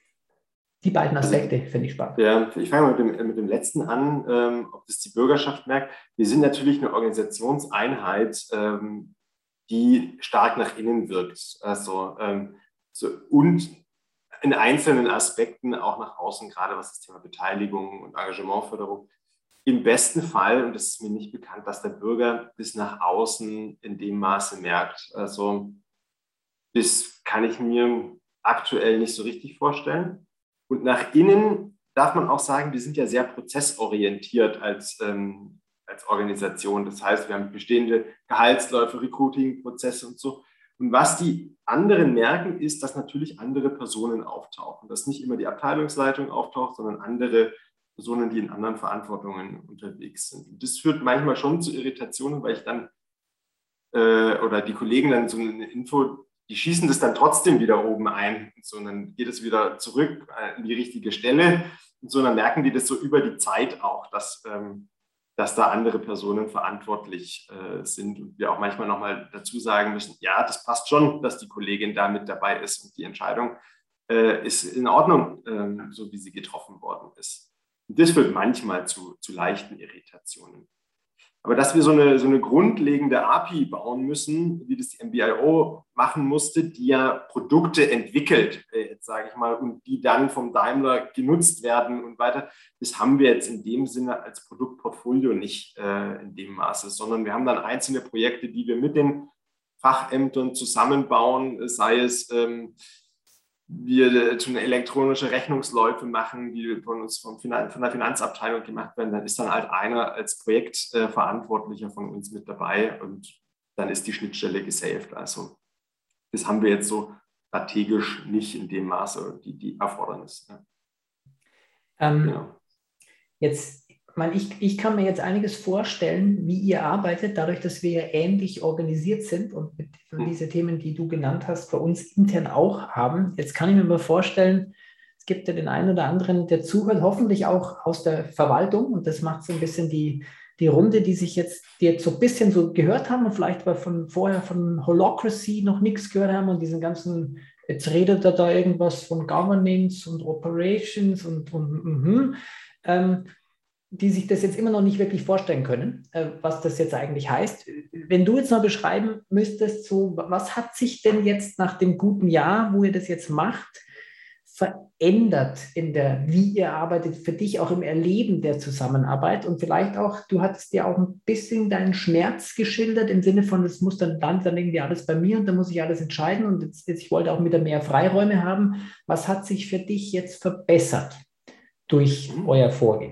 Speaker 3: Die beiden Aspekte also, finde ich spannend.
Speaker 4: Ja, ich fange mal mit dem, mit dem letzten an, ähm, ob das die Bürgerschaft merkt. Wir sind natürlich eine Organisationseinheit, ähm, die stark nach innen wirkt. Also, ähm, so, und in einzelnen Aspekten auch nach außen, gerade was das Thema Beteiligung und Engagementförderung. Im besten Fall, und das ist mir nicht bekannt, dass der Bürger bis nach außen in dem Maße merkt. Also das kann ich mir aktuell nicht so richtig vorstellen. Und nach innen darf man auch sagen, wir sind ja sehr prozessorientiert als, ähm, als Organisation. Das heißt, wir haben bestehende Gehaltsläufe, Recruiting-Prozesse und so. Und was die anderen merken, ist, dass natürlich andere Personen auftauchen. Dass nicht immer die Abteilungsleitung auftaucht, sondern andere Personen, die in anderen Verantwortungen unterwegs sind. Und das führt manchmal schon zu Irritationen, weil ich dann äh, oder die Kollegen dann so eine Info, die schießen das dann trotzdem wieder oben ein und so, und dann geht es wieder zurück an die richtige Stelle und so, und dann merken die das so über die Zeit auch, dass, ähm, dass da andere Personen verantwortlich äh, sind und wir auch manchmal nochmal dazu sagen müssen, ja, das passt schon, dass die Kollegin da mit dabei ist und die Entscheidung äh, ist in Ordnung, äh, so wie sie getroffen worden ist. Und das führt manchmal zu, zu leichten Irritationen. Aber dass wir so eine, so eine grundlegende A P I bauen müssen, wie das die M B I O machen musste, die ja Produkte entwickelt, jetzt sage ich mal, und die dann vom Daimler genutzt werden und weiter, das haben wir jetzt in dem Sinne als Produktportfolio nicht äh, in dem Maße, sondern wir haben dann einzelne Projekte, die wir mit den Fachämtern zusammenbauen, sei es ähm, wir tun elektronische Rechnungsläufe machen, die von uns vom Finan- von der Finanzabteilung gemacht werden, dann ist dann halt einer als Projektverantwortlicher von uns mit dabei und dann ist die Schnittstelle gesaved. Also das haben wir jetzt so strategisch nicht in dem Maße, die, die Erfordernis. Ja.
Speaker 3: Ähm, genau. Jetzt man, ich, ich kann mir jetzt einiges vorstellen, wie ihr arbeitet, dadurch, dass wir ja ähnlich organisiert sind und mit diese Themen, die du genannt hast, bei uns intern auch haben. Jetzt kann ich mir mal vorstellen, es gibt ja den einen oder anderen, der zuhört, hoffentlich auch aus der Verwaltung, und das macht so ein bisschen die, die Runde, die sich jetzt, die jetzt so ein bisschen so gehört haben und vielleicht aber von vorher von Holacracy noch nichts gehört haben und diesen ganzen, jetzt redet er da irgendwas von Governance und Operations und, und mhm, ähm, die sich das jetzt immer noch nicht wirklich vorstellen können, äh, was das jetzt eigentlich heißt. Wenn du jetzt noch beschreiben müsstest, so, was hat sich denn jetzt nach dem guten Jahr, wo ihr das jetzt macht, verändert in der, wie ihr arbeitet, für dich auch im Erleben der Zusammenarbeit, und vielleicht auch, du hattest ja auch ein bisschen deinen Schmerz geschildert, im Sinne von, es muss dann, dann, dann irgendwie alles bei mir und dann muss ich alles entscheiden und jetzt, jetzt, ich wollte auch wieder mehr Freiräume haben. Was hat sich für dich jetzt verbessert durch mhm. euer Vorgehen?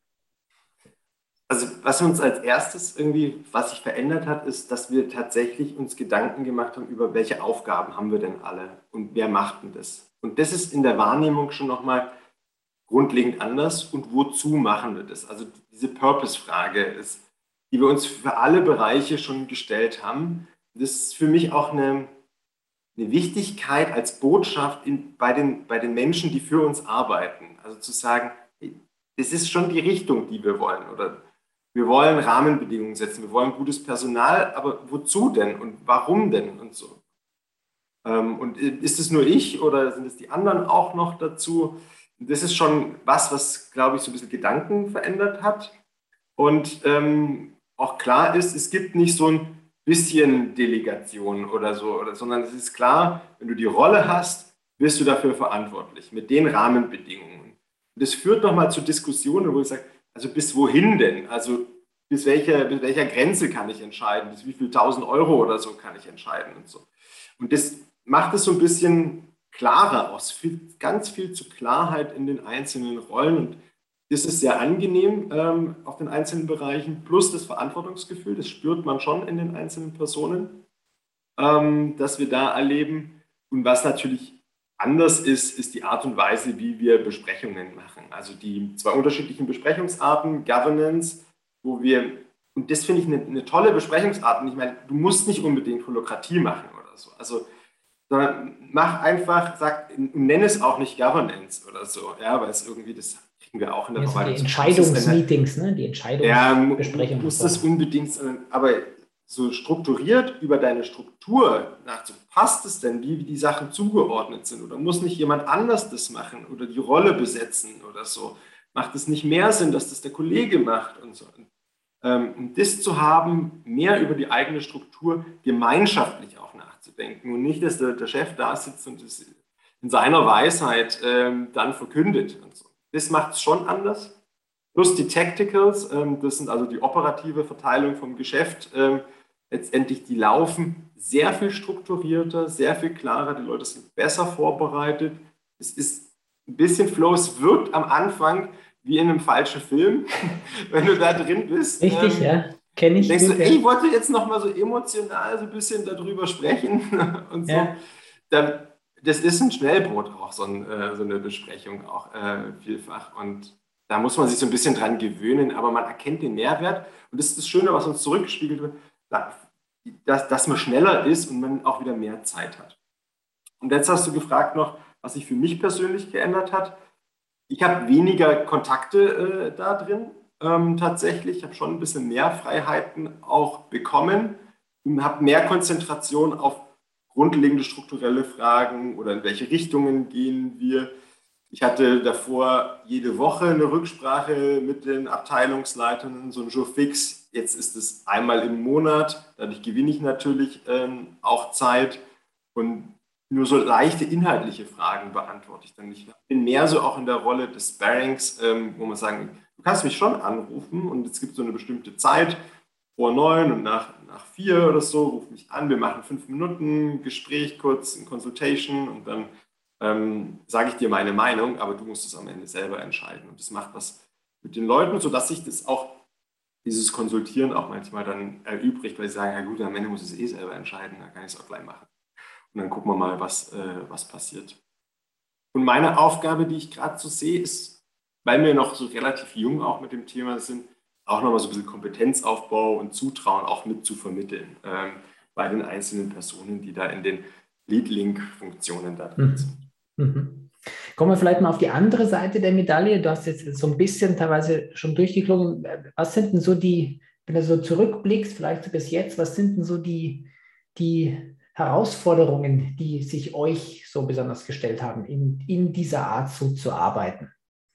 Speaker 4: Also was uns als erstes irgendwie, was sich verändert hat, ist, dass wir tatsächlich uns Gedanken gemacht haben, über welche Aufgaben haben wir denn alle und wer macht denn das? Und das ist in der Wahrnehmung schon nochmal grundlegend anders. Und wozu machen wir das? Also diese Purpose-Frage ist, die wir uns für alle Bereiche schon gestellt haben. Das ist für mich auch eine, eine Wichtigkeit als Botschaft in, bei, den, bei den Menschen, die für uns arbeiten. Also zu sagen, das ist schon die Richtung, die wir wollen, oder wir wollen Rahmenbedingungen setzen, wir wollen gutes Personal, aber wozu denn und warum denn und so. Und ist es nur ich oder sind es die anderen auch noch dazu? Das ist schon was, was, glaube ich, so ein bisschen Gedanken verändert hat. Und ähm, auch klar ist, es gibt nicht so ein bisschen Delegation oder so, oder, sondern es ist klar, wenn du die Rolle hast, bist du dafür verantwortlich, mit den Rahmenbedingungen. Und das führt nochmal zu Diskussionen, wo ich sage, also bis wohin denn? Also bis welcher, bis welcher Grenze kann ich entscheiden? Bis wie viel tausend Euro oder so kann ich entscheiden und so. Und das macht es so ein bisschen klarer aus, viel, ganz viel zu Klarheit in den einzelnen Rollen. Und das ist sehr angenehm ähm, auf den einzelnen Bereichen, plus das Verantwortungsgefühl, das spürt man schon in den einzelnen Personen, ähm, das wir da erleben. Und was natürlich anders ist, ist die Art und Weise, wie wir Besprechungen machen. Also die zwei unterschiedlichen Besprechungsarten, Governance, wo wir, und das finde ich eine, eine tolle Besprechungsart, und ich meine, du musst nicht unbedingt Holokratie machen oder so, also, sondern mach einfach, sag, nenne es auch nicht Governance oder so, ja, weil es irgendwie, das kriegen wir auch in der
Speaker 3: also
Speaker 4: Verwaltung.
Speaker 3: Die Entscheidungsmeetings, ne? Die Entscheidungsbesprechungen.
Speaker 4: Ja, muss das unbedingt, aber so strukturiert über deine Struktur nachzu, passt es denn, wie die Sachen zugeordnet sind, oder muss nicht jemand anders das machen oder die Rolle besetzen oder so? Macht es nicht mehr Sinn, dass das der Kollege macht und so? Ähm, um das zu haben, mehr über die eigene Struktur gemeinschaftlich auch nachzudenken und nicht, dass der, der Chef da sitzt und das in seiner Weisheit ähm, dann verkündet und so. Das macht es schon anders. Plus die Tacticals, ähm, das sind also die operative Verteilung vom Geschäft, ähm, letztendlich die laufen sehr viel strukturierter, sehr viel klarer, die Leute sind besser vorbereitet. Es ist ein bisschen Flow, es wirkt am Anfang wie in einem falschen Film, wenn du da drin bist.
Speaker 3: Richtig, ähm, ja, kenne ich.
Speaker 4: Denkst
Speaker 3: gut,
Speaker 4: du,
Speaker 3: ja.
Speaker 4: ey, ich wollte jetzt nochmal so emotional so ein bisschen darüber sprechen und so.
Speaker 3: Ja.
Speaker 4: Dann, das ist ein Schnellbrot auch, so, ein, äh, so eine Besprechung auch äh, vielfach, und da muss man sich so ein bisschen dran gewöhnen, aber man erkennt den Mehrwert, und das ist das Schöne, was uns zurückgespiegelt wird, dass, dass man schneller ist und man auch wieder mehr Zeit hat. Und jetzt hast du gefragt noch, was sich für mich persönlich geändert hat. Ich habe weniger Kontakte äh, da drin, ähm, tatsächlich. Ich habe schon ein bisschen mehr Freiheiten auch bekommen und habe mehr Konzentration auf grundlegende strukturelle Fragen oder in welche Richtungen gehen wir. Ich hatte davor jede Woche eine Rücksprache mit den Abteilungsleitern, so ein Jour fix. Jetzt ist es einmal im Monat. Dadurch gewinne ich natürlich ähm, auch Zeit, und nur so leichte inhaltliche Fragen beantworte ich dann nicht. Ich bin mehr so auch in der Rolle des Sparrings, ähm, wo man sagen, du kannst mich schon anrufen und es gibt so eine bestimmte Zeit, vor neun und nach, nach vier oder so, ruf mich an, wir machen fünf Minuten Gespräch, kurz ein Consultation, und dann ähm, sage ich dir meine Meinung, aber du musst es am Ende selber entscheiden. Und das macht was mit den Leuten, sodass sich das auch, dieses Konsultieren auch manchmal dann erübrigt, weil sie sagen, ja gut, am Ende muss ich es eh selber entscheiden, dann kann ich es auch gleich machen. Und dann gucken wir mal, was, äh, was passiert. Und meine Aufgabe, die ich gerade so sehe, ist, weil wir noch so relativ jung auch mit dem Thema sind, auch nochmal so ein bisschen Kompetenzaufbau und Zutrauen auch mit zu vermitteln ähm, bei den einzelnen Personen, die da in den Lead-Link-Funktionen da drin sind.
Speaker 3: Mhm. Kommen wir vielleicht mal auf die andere Seite der Medaille. Du hast jetzt so ein bisschen teilweise schon durchgeklungen. Was sind denn so die, wenn du so zurückblickst, vielleicht so bis jetzt, was sind denn so die, die Herausforderungen, die sich euch so besonders gestellt haben, in, in dieser Art so zu arbeiten?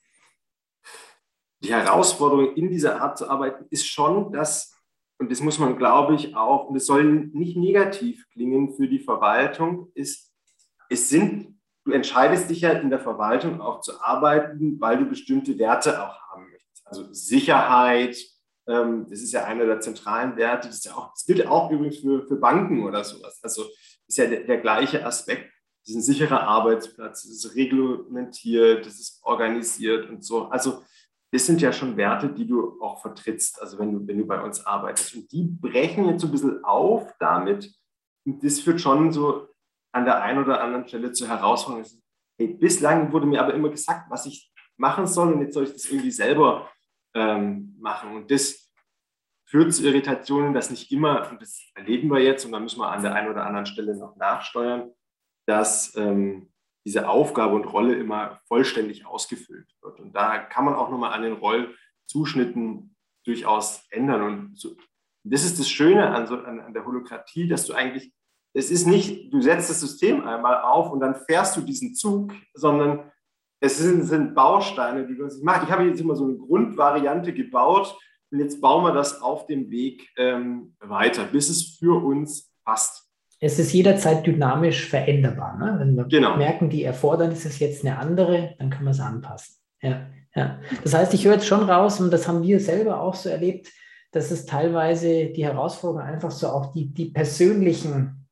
Speaker 4: Die Herausforderung in dieser Art zu arbeiten ist schon, dass, und das muss man, glaube ich, auch, und es soll nicht negativ klingen für die Verwaltung, ist, es sind, du entscheidest dich ja in der Verwaltung auch zu arbeiten, weil du bestimmte Werte auch haben möchtest. Also Sicherheit, ähm, das ist ja einer der zentralen Werte, das, ist ja auch, das gilt auch übrigens für, für Banken oder sowas. Also ist ja der, der gleiche Aspekt. Das ist ein sicherer Arbeitsplatz, das ist reglementiert, das ist organisiert und so. Also das sind ja schon Werte, die du auch vertrittst, also wenn du, wenn du bei uns arbeitest. Und die brechen jetzt so ein bisschen auf damit. Und das führt schon so an der einen oder anderen Stelle zur Herausforderung. Hey, bislang wurde mir aber immer gesagt, was ich machen soll, und jetzt soll ich das irgendwie selber ähm, machen. Und das führt zu Irritationen, dass nicht immer, und das erleben wir jetzt, und da müssen wir an der einen oder anderen Stelle noch nachsteuern, dass ähm, diese Aufgabe und Rolle immer vollständig ausgefüllt wird. Und da kann man auch nochmal an den Rollzuschnitten durchaus ändern. Und so, das ist das Schöne an, so, an, an der Holokratie, dass du eigentlich, es ist nicht, du setzt das System einmal auf und dann fährst du diesen Zug, sondern es sind, sind Bausteine, die du nicht machst. Ich habe jetzt immer so eine Grundvariante gebaut und jetzt bauen wir das auf dem Weg ähm, weiter, bis es für uns passt.
Speaker 3: Es ist jederzeit dynamisch veränderbar. Ne? Wenn wir
Speaker 4: genau.
Speaker 3: merken, die Erfordernis ist jetzt eine andere, dann können wir es anpassen. Ja, ja. Das heißt, ich höre jetzt schon raus, und das haben wir selber auch so erlebt, dass es teilweise die Herausforderung einfach so auch die, die persönlichen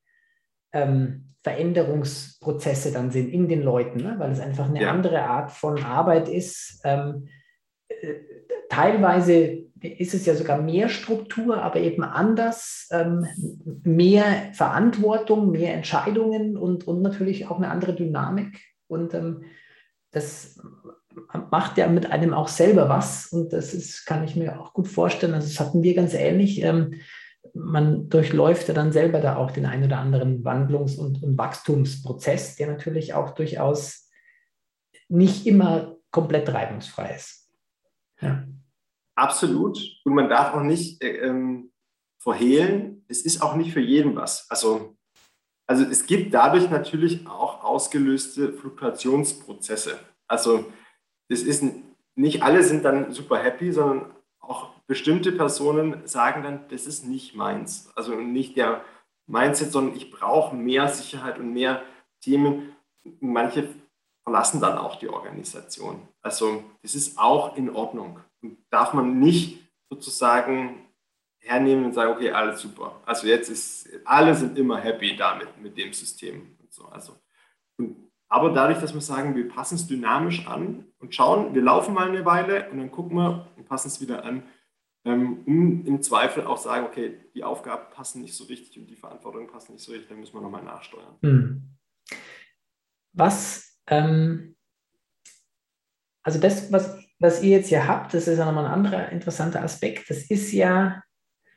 Speaker 3: ähm, Veränderungsprozesse dann sind in den Leuten, ne? Weil es einfach eine ja. andere Art von Arbeit ist. Ähm, äh, teilweise ist es ja sogar mehr Struktur, aber eben anders, ähm, mehr Verantwortung, mehr Entscheidungen und, und natürlich auch eine andere Dynamik. Und ähm, das macht ja mit einem auch selber was. Und das ist, kann ich mir auch gut vorstellen, also das hatten wir ganz ähnlich. Ähm, man durchläuft ja dann selber da auch den einen oder anderen Wandlungs- und, und Wachstumsprozess, der natürlich auch durchaus nicht immer komplett reibungsfrei ist. Ja.
Speaker 4: Absolut. Und man darf auch nicht ähm, verhehlen, es ist auch nicht für jeden was. Also, also es gibt dadurch natürlich auch ausgelöste Fluktuationsprozesse. Also es ist nicht alle sind dann super happy, sondern auch bestimmte Personen sagen dann, das ist nicht meins. Also nicht der Mindset, sondern ich brauche mehr Sicherheit und mehr Themen. Manche verlassen dann auch die Organisation. Also das ist auch in Ordnung. Und darf man nicht sozusagen hernehmen und sagen, okay, alles super. Also jetzt ist, alle sind immer happy damit, mit dem System. Und so. Also, und, aber dadurch, dass wir sagen, wir passen es dynamisch an und schauen, wir laufen mal eine Weile und dann gucken wir und passen es wieder an, um im Zweifel auch sagen, okay, die Aufgaben passen nicht so richtig und die Verantwortung passen nicht so richtig, dann müssen wir nochmal nachsteuern.
Speaker 3: Hm. Was, ähm, also das, was, was ihr jetzt hier habt, das ist ja nochmal ein anderer interessanter Aspekt, das ist ja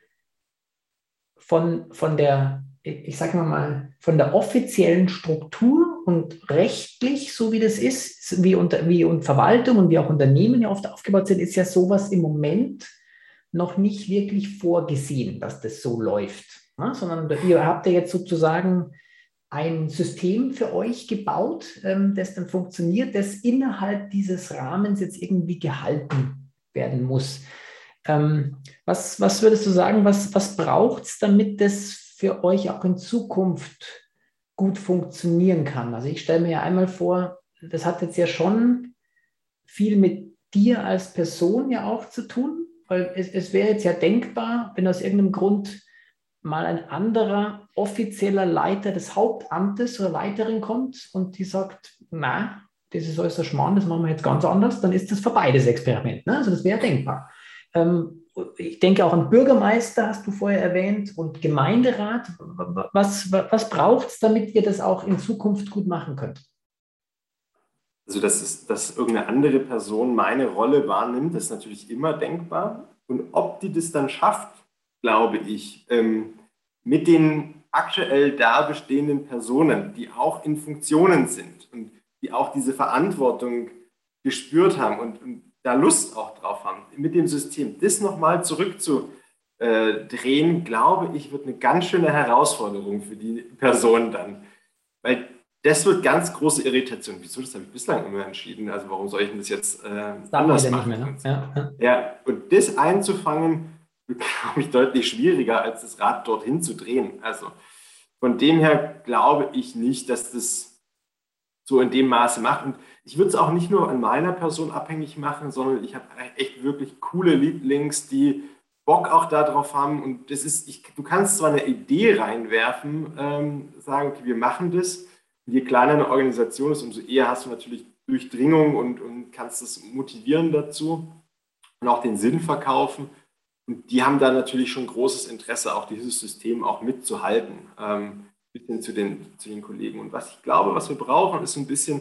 Speaker 3: von, von der, ich sage mal, von der offiziellen Struktur und rechtlich, so wie das ist, wie, unter, wie und Verwaltung und wie auch Unternehmen ja oft aufgebaut sind, ist ja sowas im Moment noch nicht wirklich vorgesehen, dass das so läuft. Ja, sondern ihr habt ja jetzt sozusagen ein System für euch gebaut, ähm, das dann funktioniert, das innerhalb dieses Rahmens jetzt irgendwie gehalten werden muss. Ähm, was, was würdest du sagen, was, was braucht es, damit das für euch auch in Zukunft gut funktionieren kann? Also ich stelle mir ja einmal vor, das hat jetzt ja schon viel mit dir als Person ja auch zu tun, weil es, es wäre jetzt ja denkbar, wenn aus irgendeinem Grund mal ein anderer offizieller Leiter des Hauptamtes oder Leiterin kommt und die sagt, na, das ist alles ein Schmarrn, das machen wir jetzt ganz anders, dann ist das vorbei, das Experiment. Ne? Also das wäre denkbar. Ähm, ich denke auch an Bürgermeister, hast du vorher erwähnt, und Gemeinderat. Was, was braucht es, damit ihr das auch in Zukunft gut machen könnt?
Speaker 4: Also, dass, es, dass irgendeine andere Person meine Rolle wahrnimmt, das ist natürlich immer denkbar. Und ob die das dann schafft, glaube ich, ähm, mit den aktuell da bestehenden Personen, die auch in Funktionen sind und die auch diese Verantwortung gespürt haben und, und da Lust auch drauf haben, mit dem System das nochmal zurückzudrehen, glaube ich, wird eine ganz schöne Herausforderung für die Person dann. Weil das wird ganz große Irritation. Wieso, das habe ich bislang immer entschieden. Also warum soll ich denn das jetzt äh,
Speaker 3: Das
Speaker 4: anders
Speaker 3: machen?
Speaker 4: machen?
Speaker 3: Nicht mehr, ne? ja, ja.
Speaker 4: Ja, und das einzufangen, wird, glaube ich, deutlich schwieriger, als das Rad dorthin zu drehen. Also von dem her glaube ich nicht, dass das so in dem Maße macht. Und ich würde es auch nicht nur an meiner Person abhängig machen, sondern ich habe echt wirklich coole Lieblings, die Bock auch darauf haben. Und das ist, ich, du kannst zwar eine Idee reinwerfen, ähm, sagen, okay, wir machen das. Und je kleiner eine Organisation ist, umso eher hast du natürlich Durchdringung und, und kannst das motivieren dazu und auch den Sinn verkaufen. Und die haben da natürlich schon großes Interesse, auch dieses System auch mitzuhalten, ähm, bis hin zu den, zu den Kollegen. Und was ich glaube, was wir brauchen, ist so ein bisschen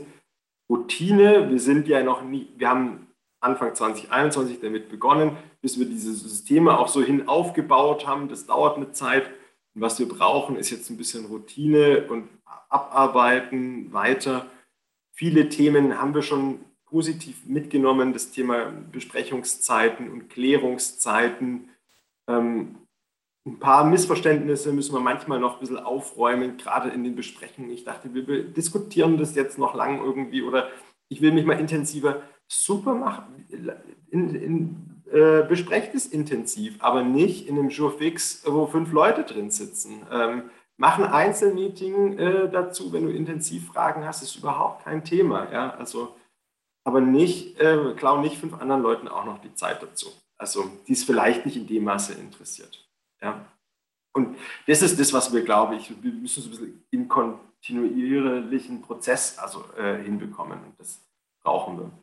Speaker 4: Routine. Wir sind ja noch nie, wir haben Anfang zwanzig einundzwanzig damit begonnen, bis wir diese Systeme auch so hin aufgebaut haben. Das dauert eine Zeit. Und was wir brauchen, ist jetzt ein bisschen Routine und Abarbeiten weiter. Viele Themen haben wir schon positiv mitgenommen, das Thema Besprechungszeiten und Klärungszeiten. Ähm, ein paar Missverständnisse müssen wir manchmal noch ein bisschen aufräumen, gerade in den Besprechungen. Ich dachte, wir diskutieren das jetzt noch lang irgendwie oder ich will mich mal intensiver. Super machen, in, in, äh, besprecht es intensiv, aber nicht in einem Jour fix, wo fünf Leute drin sitzen. Ähm, mach ein Einzelmeeting äh, dazu, wenn du Intensivfragen hast, ist überhaupt kein Thema. Ja? Also, aber nicht, äh, klau nicht fünf anderen Leuten auch noch die Zeit dazu. Also, die es vielleicht nicht in dem Maße interessiert. Ja? Und das ist das, was wir, glaube ich, wir müssen so ein bisschen im kontinuierlichen Prozess also, äh, hinbekommen. Und das brauchen wir.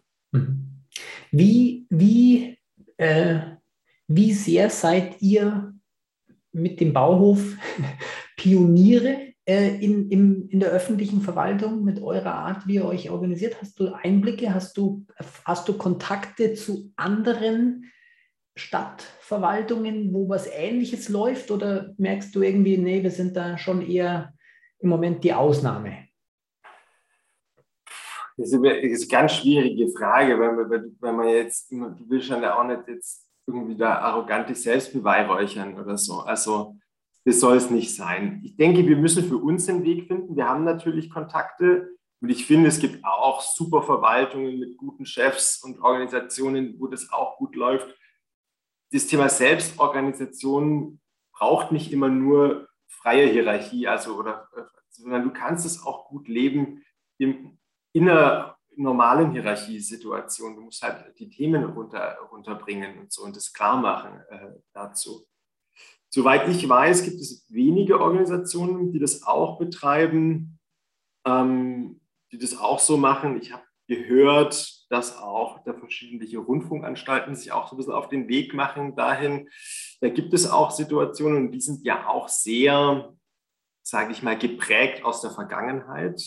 Speaker 3: Wie, wie, äh, wie sehr seid ihr mit dem Bauhof Pioniere äh, in, in, in der öffentlichen Verwaltung mit eurer Art, wie ihr euch organisiert? Hast du Einblicke? Hast du, hast du Kontakte zu anderen Stadtverwaltungen, wo was Ähnliches läuft? Oder merkst du irgendwie, nee, wir sind da schon eher im Moment die Ausnahme?
Speaker 4: Das ist eine ganz schwierige Frage, weil, weil man jetzt, du willst ja auch nicht jetzt irgendwie da arrogant dich selbst beweihräuchern oder so. Also das soll es nicht sein. Ich denke, wir müssen für uns den Weg finden. Wir haben natürlich Kontakte und ich finde, es gibt auch super Verwaltungen mit guten Chefs und Organisationen, wo das auch gut läuft. Das Thema Selbstorganisation braucht nicht immer nur freie Hierarchie, also oder, sondern du kannst es auch gut leben im in einer normalen Hierarchiesituation. Du musst halt die Themen runter, runterbringen und so und das klar machen äh, dazu. Soweit ich weiß, gibt es wenige Organisationen, die das auch betreiben, ähm, die das auch so machen. Ich habe gehört, dass auch da verschiedene Rundfunkanstalten sich auch so ein bisschen auf den Weg machen dahin. Da gibt es auch Situationen und die sind ja auch sehr, sage ich mal, geprägt aus der Vergangenheit.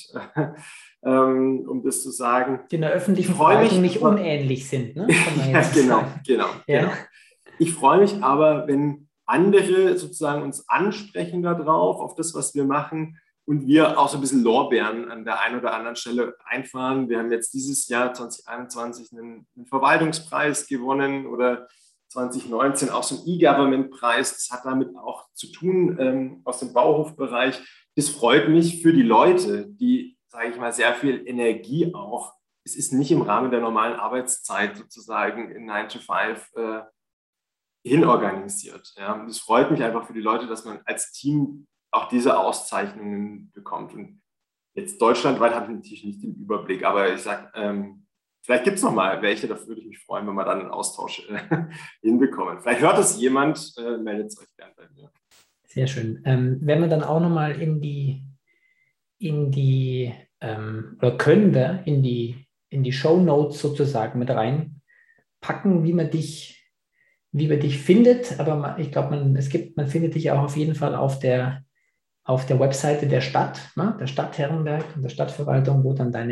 Speaker 4: Um das zu sagen.
Speaker 3: Die in der öffentlichen Verwaltung nicht unähnlich sind. Ne?
Speaker 4: Ja, genau, genau,
Speaker 3: ja.
Speaker 4: genau. Ich freue mich aber, wenn andere sozusagen uns ansprechen darauf, auf das, was wir machen und wir auch so ein bisschen Lorbeeren an der einen oder anderen Stelle einfahren. Wir haben jetzt dieses Jahr zwanzig einundzwanzig einen, einen Verwaltungspreis gewonnen oder zwanzig neunzehn auch so einen E-Government-Preis. Das hat damit auch zu tun ähm, aus dem Bauhofbereich. Das freut mich für die Leute, die sage ich mal, sehr viel Energie auch. Es ist nicht im Rahmen der normalen Arbeitszeit sozusagen in nine to five äh, hinorganisiert. Ja. Und es freut mich einfach für die Leute, dass man als Team auch diese Auszeichnungen bekommt. Und jetzt deutschlandweit habe ich natürlich nicht den Überblick, aber ich sage, ähm, vielleicht gibt es noch mal welche, da würde ich mich freuen, wenn wir dann einen Austausch äh, hinbekommen. Vielleicht hört es jemand, äh, meldet es euch gerne bei mir.
Speaker 3: Sehr schön. Ähm, wenn wir dann auch noch mal in die in die, ähm, oder können wir in die, in die Shownotes sozusagen mit reinpacken, wie man dich, wie man dich findet. Aber man, ich glaube, man, es gibt, man findet dich auch auf jeden Fall auf der, auf der Webseite der Stadt, ne? Der Stadt Herrenberg und der Stadtverwaltung, wo dann deine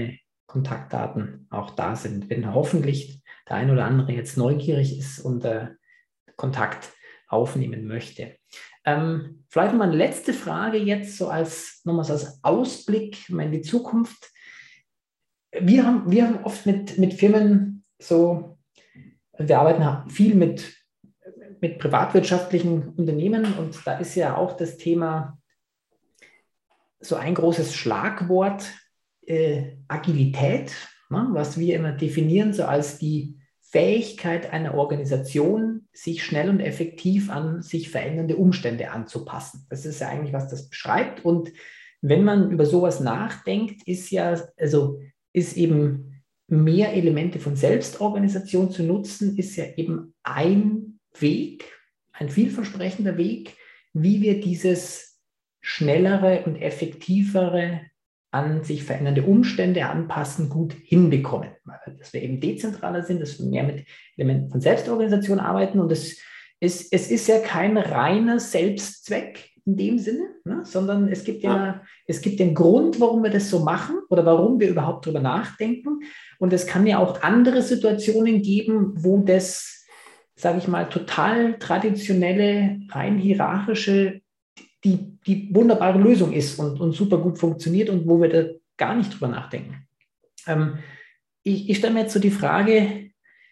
Speaker 3: Kontaktdaten auch da sind, wenn hoffentlich der ein oder andere jetzt neugierig ist und äh, Kontakt aufnehmen möchte. Ähm, vielleicht mal eine letzte Frage jetzt so als nochmals als Ausblick in die Zukunft. Wir haben, wir haben oft mit, mit Firmen so, wir arbeiten viel mit, mit privatwirtschaftlichen Unternehmen und da ist ja auch das Thema so ein großes Schlagwort äh, Agilität, ne, was wir immer definieren so als die Fähigkeit einer Organisation, sich schnell und effektiv an sich verändernde Umstände anzupassen. Das ist ja eigentlich, was das beschreibt. Und wenn man über sowas nachdenkt, ist ja, also ist eben mehr Elemente von Selbstorganisation zu nutzen, ist ja eben ein Weg, ein vielversprechender Weg, wie wir dieses schnellere und effektivere an sich verändernde Umstände anpassen, gut hinbekommen. Dass wir eben dezentraler sind, dass wir mehr mit Elementen von Selbstorganisation arbeiten und es ist, es ist ja kein reiner Selbstzweck in dem Sinne, ne? Sondern es gibt ja, ja, es gibt den Grund, warum wir das so machen oder warum wir überhaupt darüber nachdenken und es kann ja auch andere Situationen geben, wo das, sage ich mal, total traditionelle, rein hierarchische Die, die wunderbare Lösung ist und, und super gut funktioniert und wo wir da gar nicht drüber nachdenken. Ähm, ich, ich stelle mir jetzt so die Frage,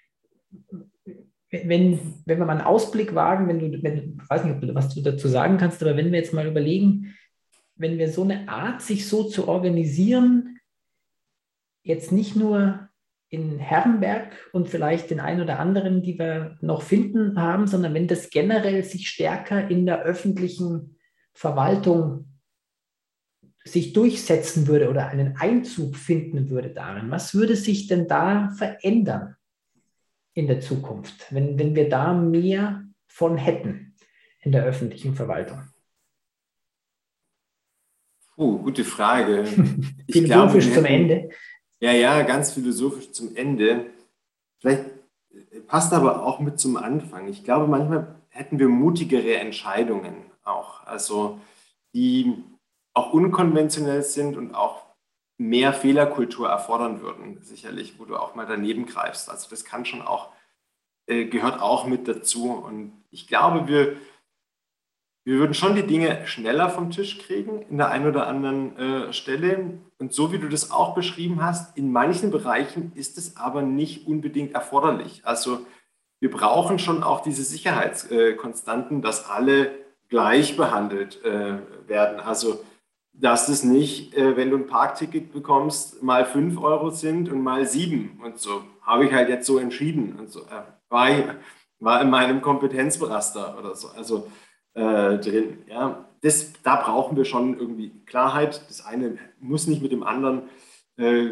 Speaker 3: wenn, wenn wir mal einen Ausblick wagen, wenn du, wenn, ich weiß nicht, ob du, was du dazu sagen kannst, aber wenn wir jetzt mal überlegen, wenn wir so eine Art, sich so zu organisieren, jetzt nicht nur in Herrenberg und vielleicht den einen oder anderen, die wir noch finden haben, sondern wenn das generell sich stärker in der öffentlichen Verwaltung sich durchsetzen würde oder einen Einzug finden würde darin, was würde sich denn da verändern in der Zukunft, wenn, wenn wir da mehr von hätten in der öffentlichen Verwaltung?
Speaker 4: Puh, gute Frage. Ich
Speaker 3: philosophisch
Speaker 4: glaube,
Speaker 3: zum
Speaker 4: hätten,
Speaker 3: Ende.
Speaker 4: Ja, ja, ganz philosophisch zum Ende. Vielleicht passt aber auch mit zum Anfang. Ich glaube, manchmal hätten wir mutigere Entscheidungen auch, also die auch unkonventionell sind und auch mehr Fehlerkultur erfordern würden, sicherlich, wo du auch mal daneben greifst. Also das kann schon auch, äh, gehört auch mit dazu. Und ich glaube, wir, wir würden schon die Dinge schneller vom Tisch kriegen in der einen oder anderen äh, Stelle. Und so wie du das auch beschrieben hast, in manchen Bereichen ist es aber nicht unbedingt erforderlich. Also wir brauchen schon auch diese Sicherheitskonstanten, dass alle gleich behandelt äh, werden. Also, dass es nicht, äh, wenn du ein Parkticket bekommst, mal fünf Euro sind und mal sieben und so. Habe ich halt jetzt so entschieden und so. Äh, war, war in meinem Kompetenzraster oder so, also äh, drin. Ja. Das, da brauchen wir schon irgendwie Klarheit. Das eine muss nicht mit dem anderen äh,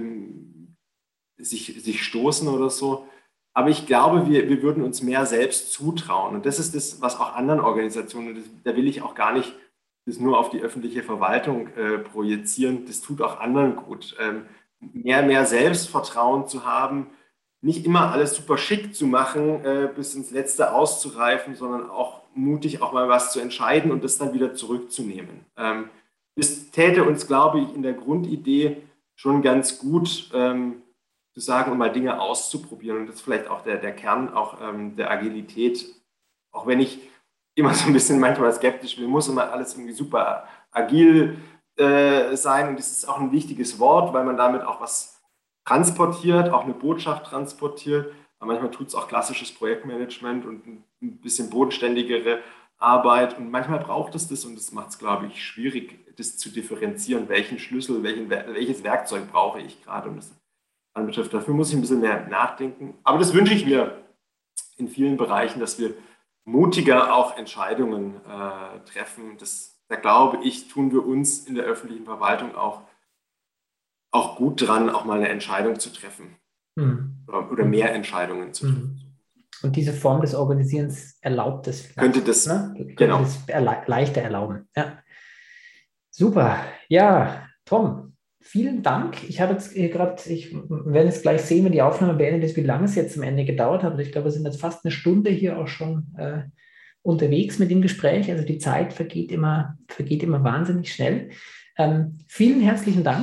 Speaker 4: sich, sich stoßen oder so. Aber ich glaube, wir, wir würden uns mehr selbst zutrauen. Und das ist das, was auch anderen Organisationen, das, da will ich auch gar nicht das nur auf die öffentliche Verwaltung äh, projizieren, das tut auch anderen gut. Ähm, mehr, mehr Selbstvertrauen zu haben, nicht immer alles super schick zu machen, äh, bis ins Letzte auszureifen, sondern auch mutig auch mal was zu entscheiden und das dann wieder zurückzunehmen. Ähm, das täte uns, glaube ich, in der Grundidee schon ganz gut, ähm, zu sagen und mal Dinge auszuprobieren. Und das ist vielleicht auch der, der Kern auch ähm, der Agilität. Auch wenn ich immer so ein bisschen manchmal skeptisch bin, muss immer alles irgendwie super agil äh, sein. Und das ist auch ein wichtiges Wort, weil man damit auch was transportiert, auch eine Botschaft transportiert. Aber manchmal tut es auch klassisches Projektmanagement und ein bisschen bodenständigere Arbeit. Und manchmal braucht es das und das macht es, glaube ich, schwierig, das zu differenzieren, welchen Schlüssel, welchen, welches Werkzeug brauche ich gerade. Und das anbetrifft. Dafür muss ich ein bisschen mehr nachdenken. Aber das wünsche ich mir in vielen Bereichen, dass wir mutiger auch Entscheidungen äh, treffen. Das, da glaube ich, tun wir uns in der öffentlichen Verwaltung auch, auch gut dran, auch mal eine Entscheidung zu treffen. Mhm. Oder, oder mehr Entscheidungen zu treffen.
Speaker 3: Und diese Form des Organisierens erlaubt es.
Speaker 4: Könnte das,
Speaker 3: ne? Könnte
Speaker 4: genau.
Speaker 3: das erle- leichter erlauben. Ja. Super. Ja, Tom, vielen Dank. Ich habe jetzt gerade, ich werde jetzt gleich sehen, wenn die Aufnahme beendet ist, wie lange es jetzt am Ende gedauert hat. Ich glaube, wir sind jetzt fast eine Stunde hier auch schon äh, unterwegs mit dem Gespräch. Also die Zeit vergeht immer, vergeht immer wahnsinnig schnell. Ähm, vielen herzlichen Dank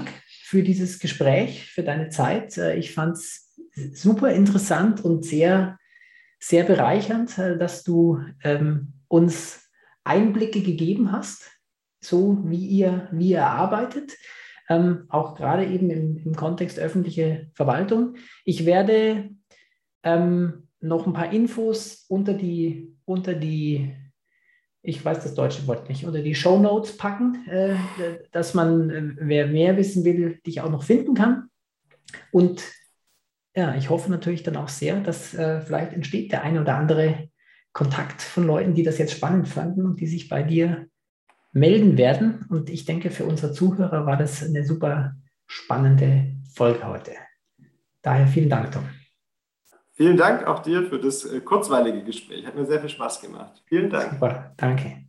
Speaker 3: für dieses Gespräch, für deine Zeit. Ich fand es super interessant und sehr, sehr bereichernd, dass du ähm, uns Einblicke gegeben hast, so wie ihr, wie ihr arbeitet, ähm, auch gerade eben im, im Kontext öffentliche Verwaltung. Ich werde ähm, noch ein paar Infos unter die, unter die, ich weiß das deutsche Wort nicht, unter die Shownotes packen, äh, dass man, äh, wer mehr wissen will, dich auch noch finden kann. Und ja, ich hoffe natürlich dann auch sehr, dass äh, vielleicht entsteht der eine oder andere Kontakt von Leuten, die das jetzt spannend fanden und die sich bei dir melden werden. Und ich denke, für unsere Zuhörer war das eine super spannende Folge heute. Daher vielen Dank, Tom.
Speaker 4: Vielen Dank auch dir für das kurzweilige Gespräch. Hat mir sehr viel Spaß gemacht. Vielen Dank.
Speaker 3: Super, danke.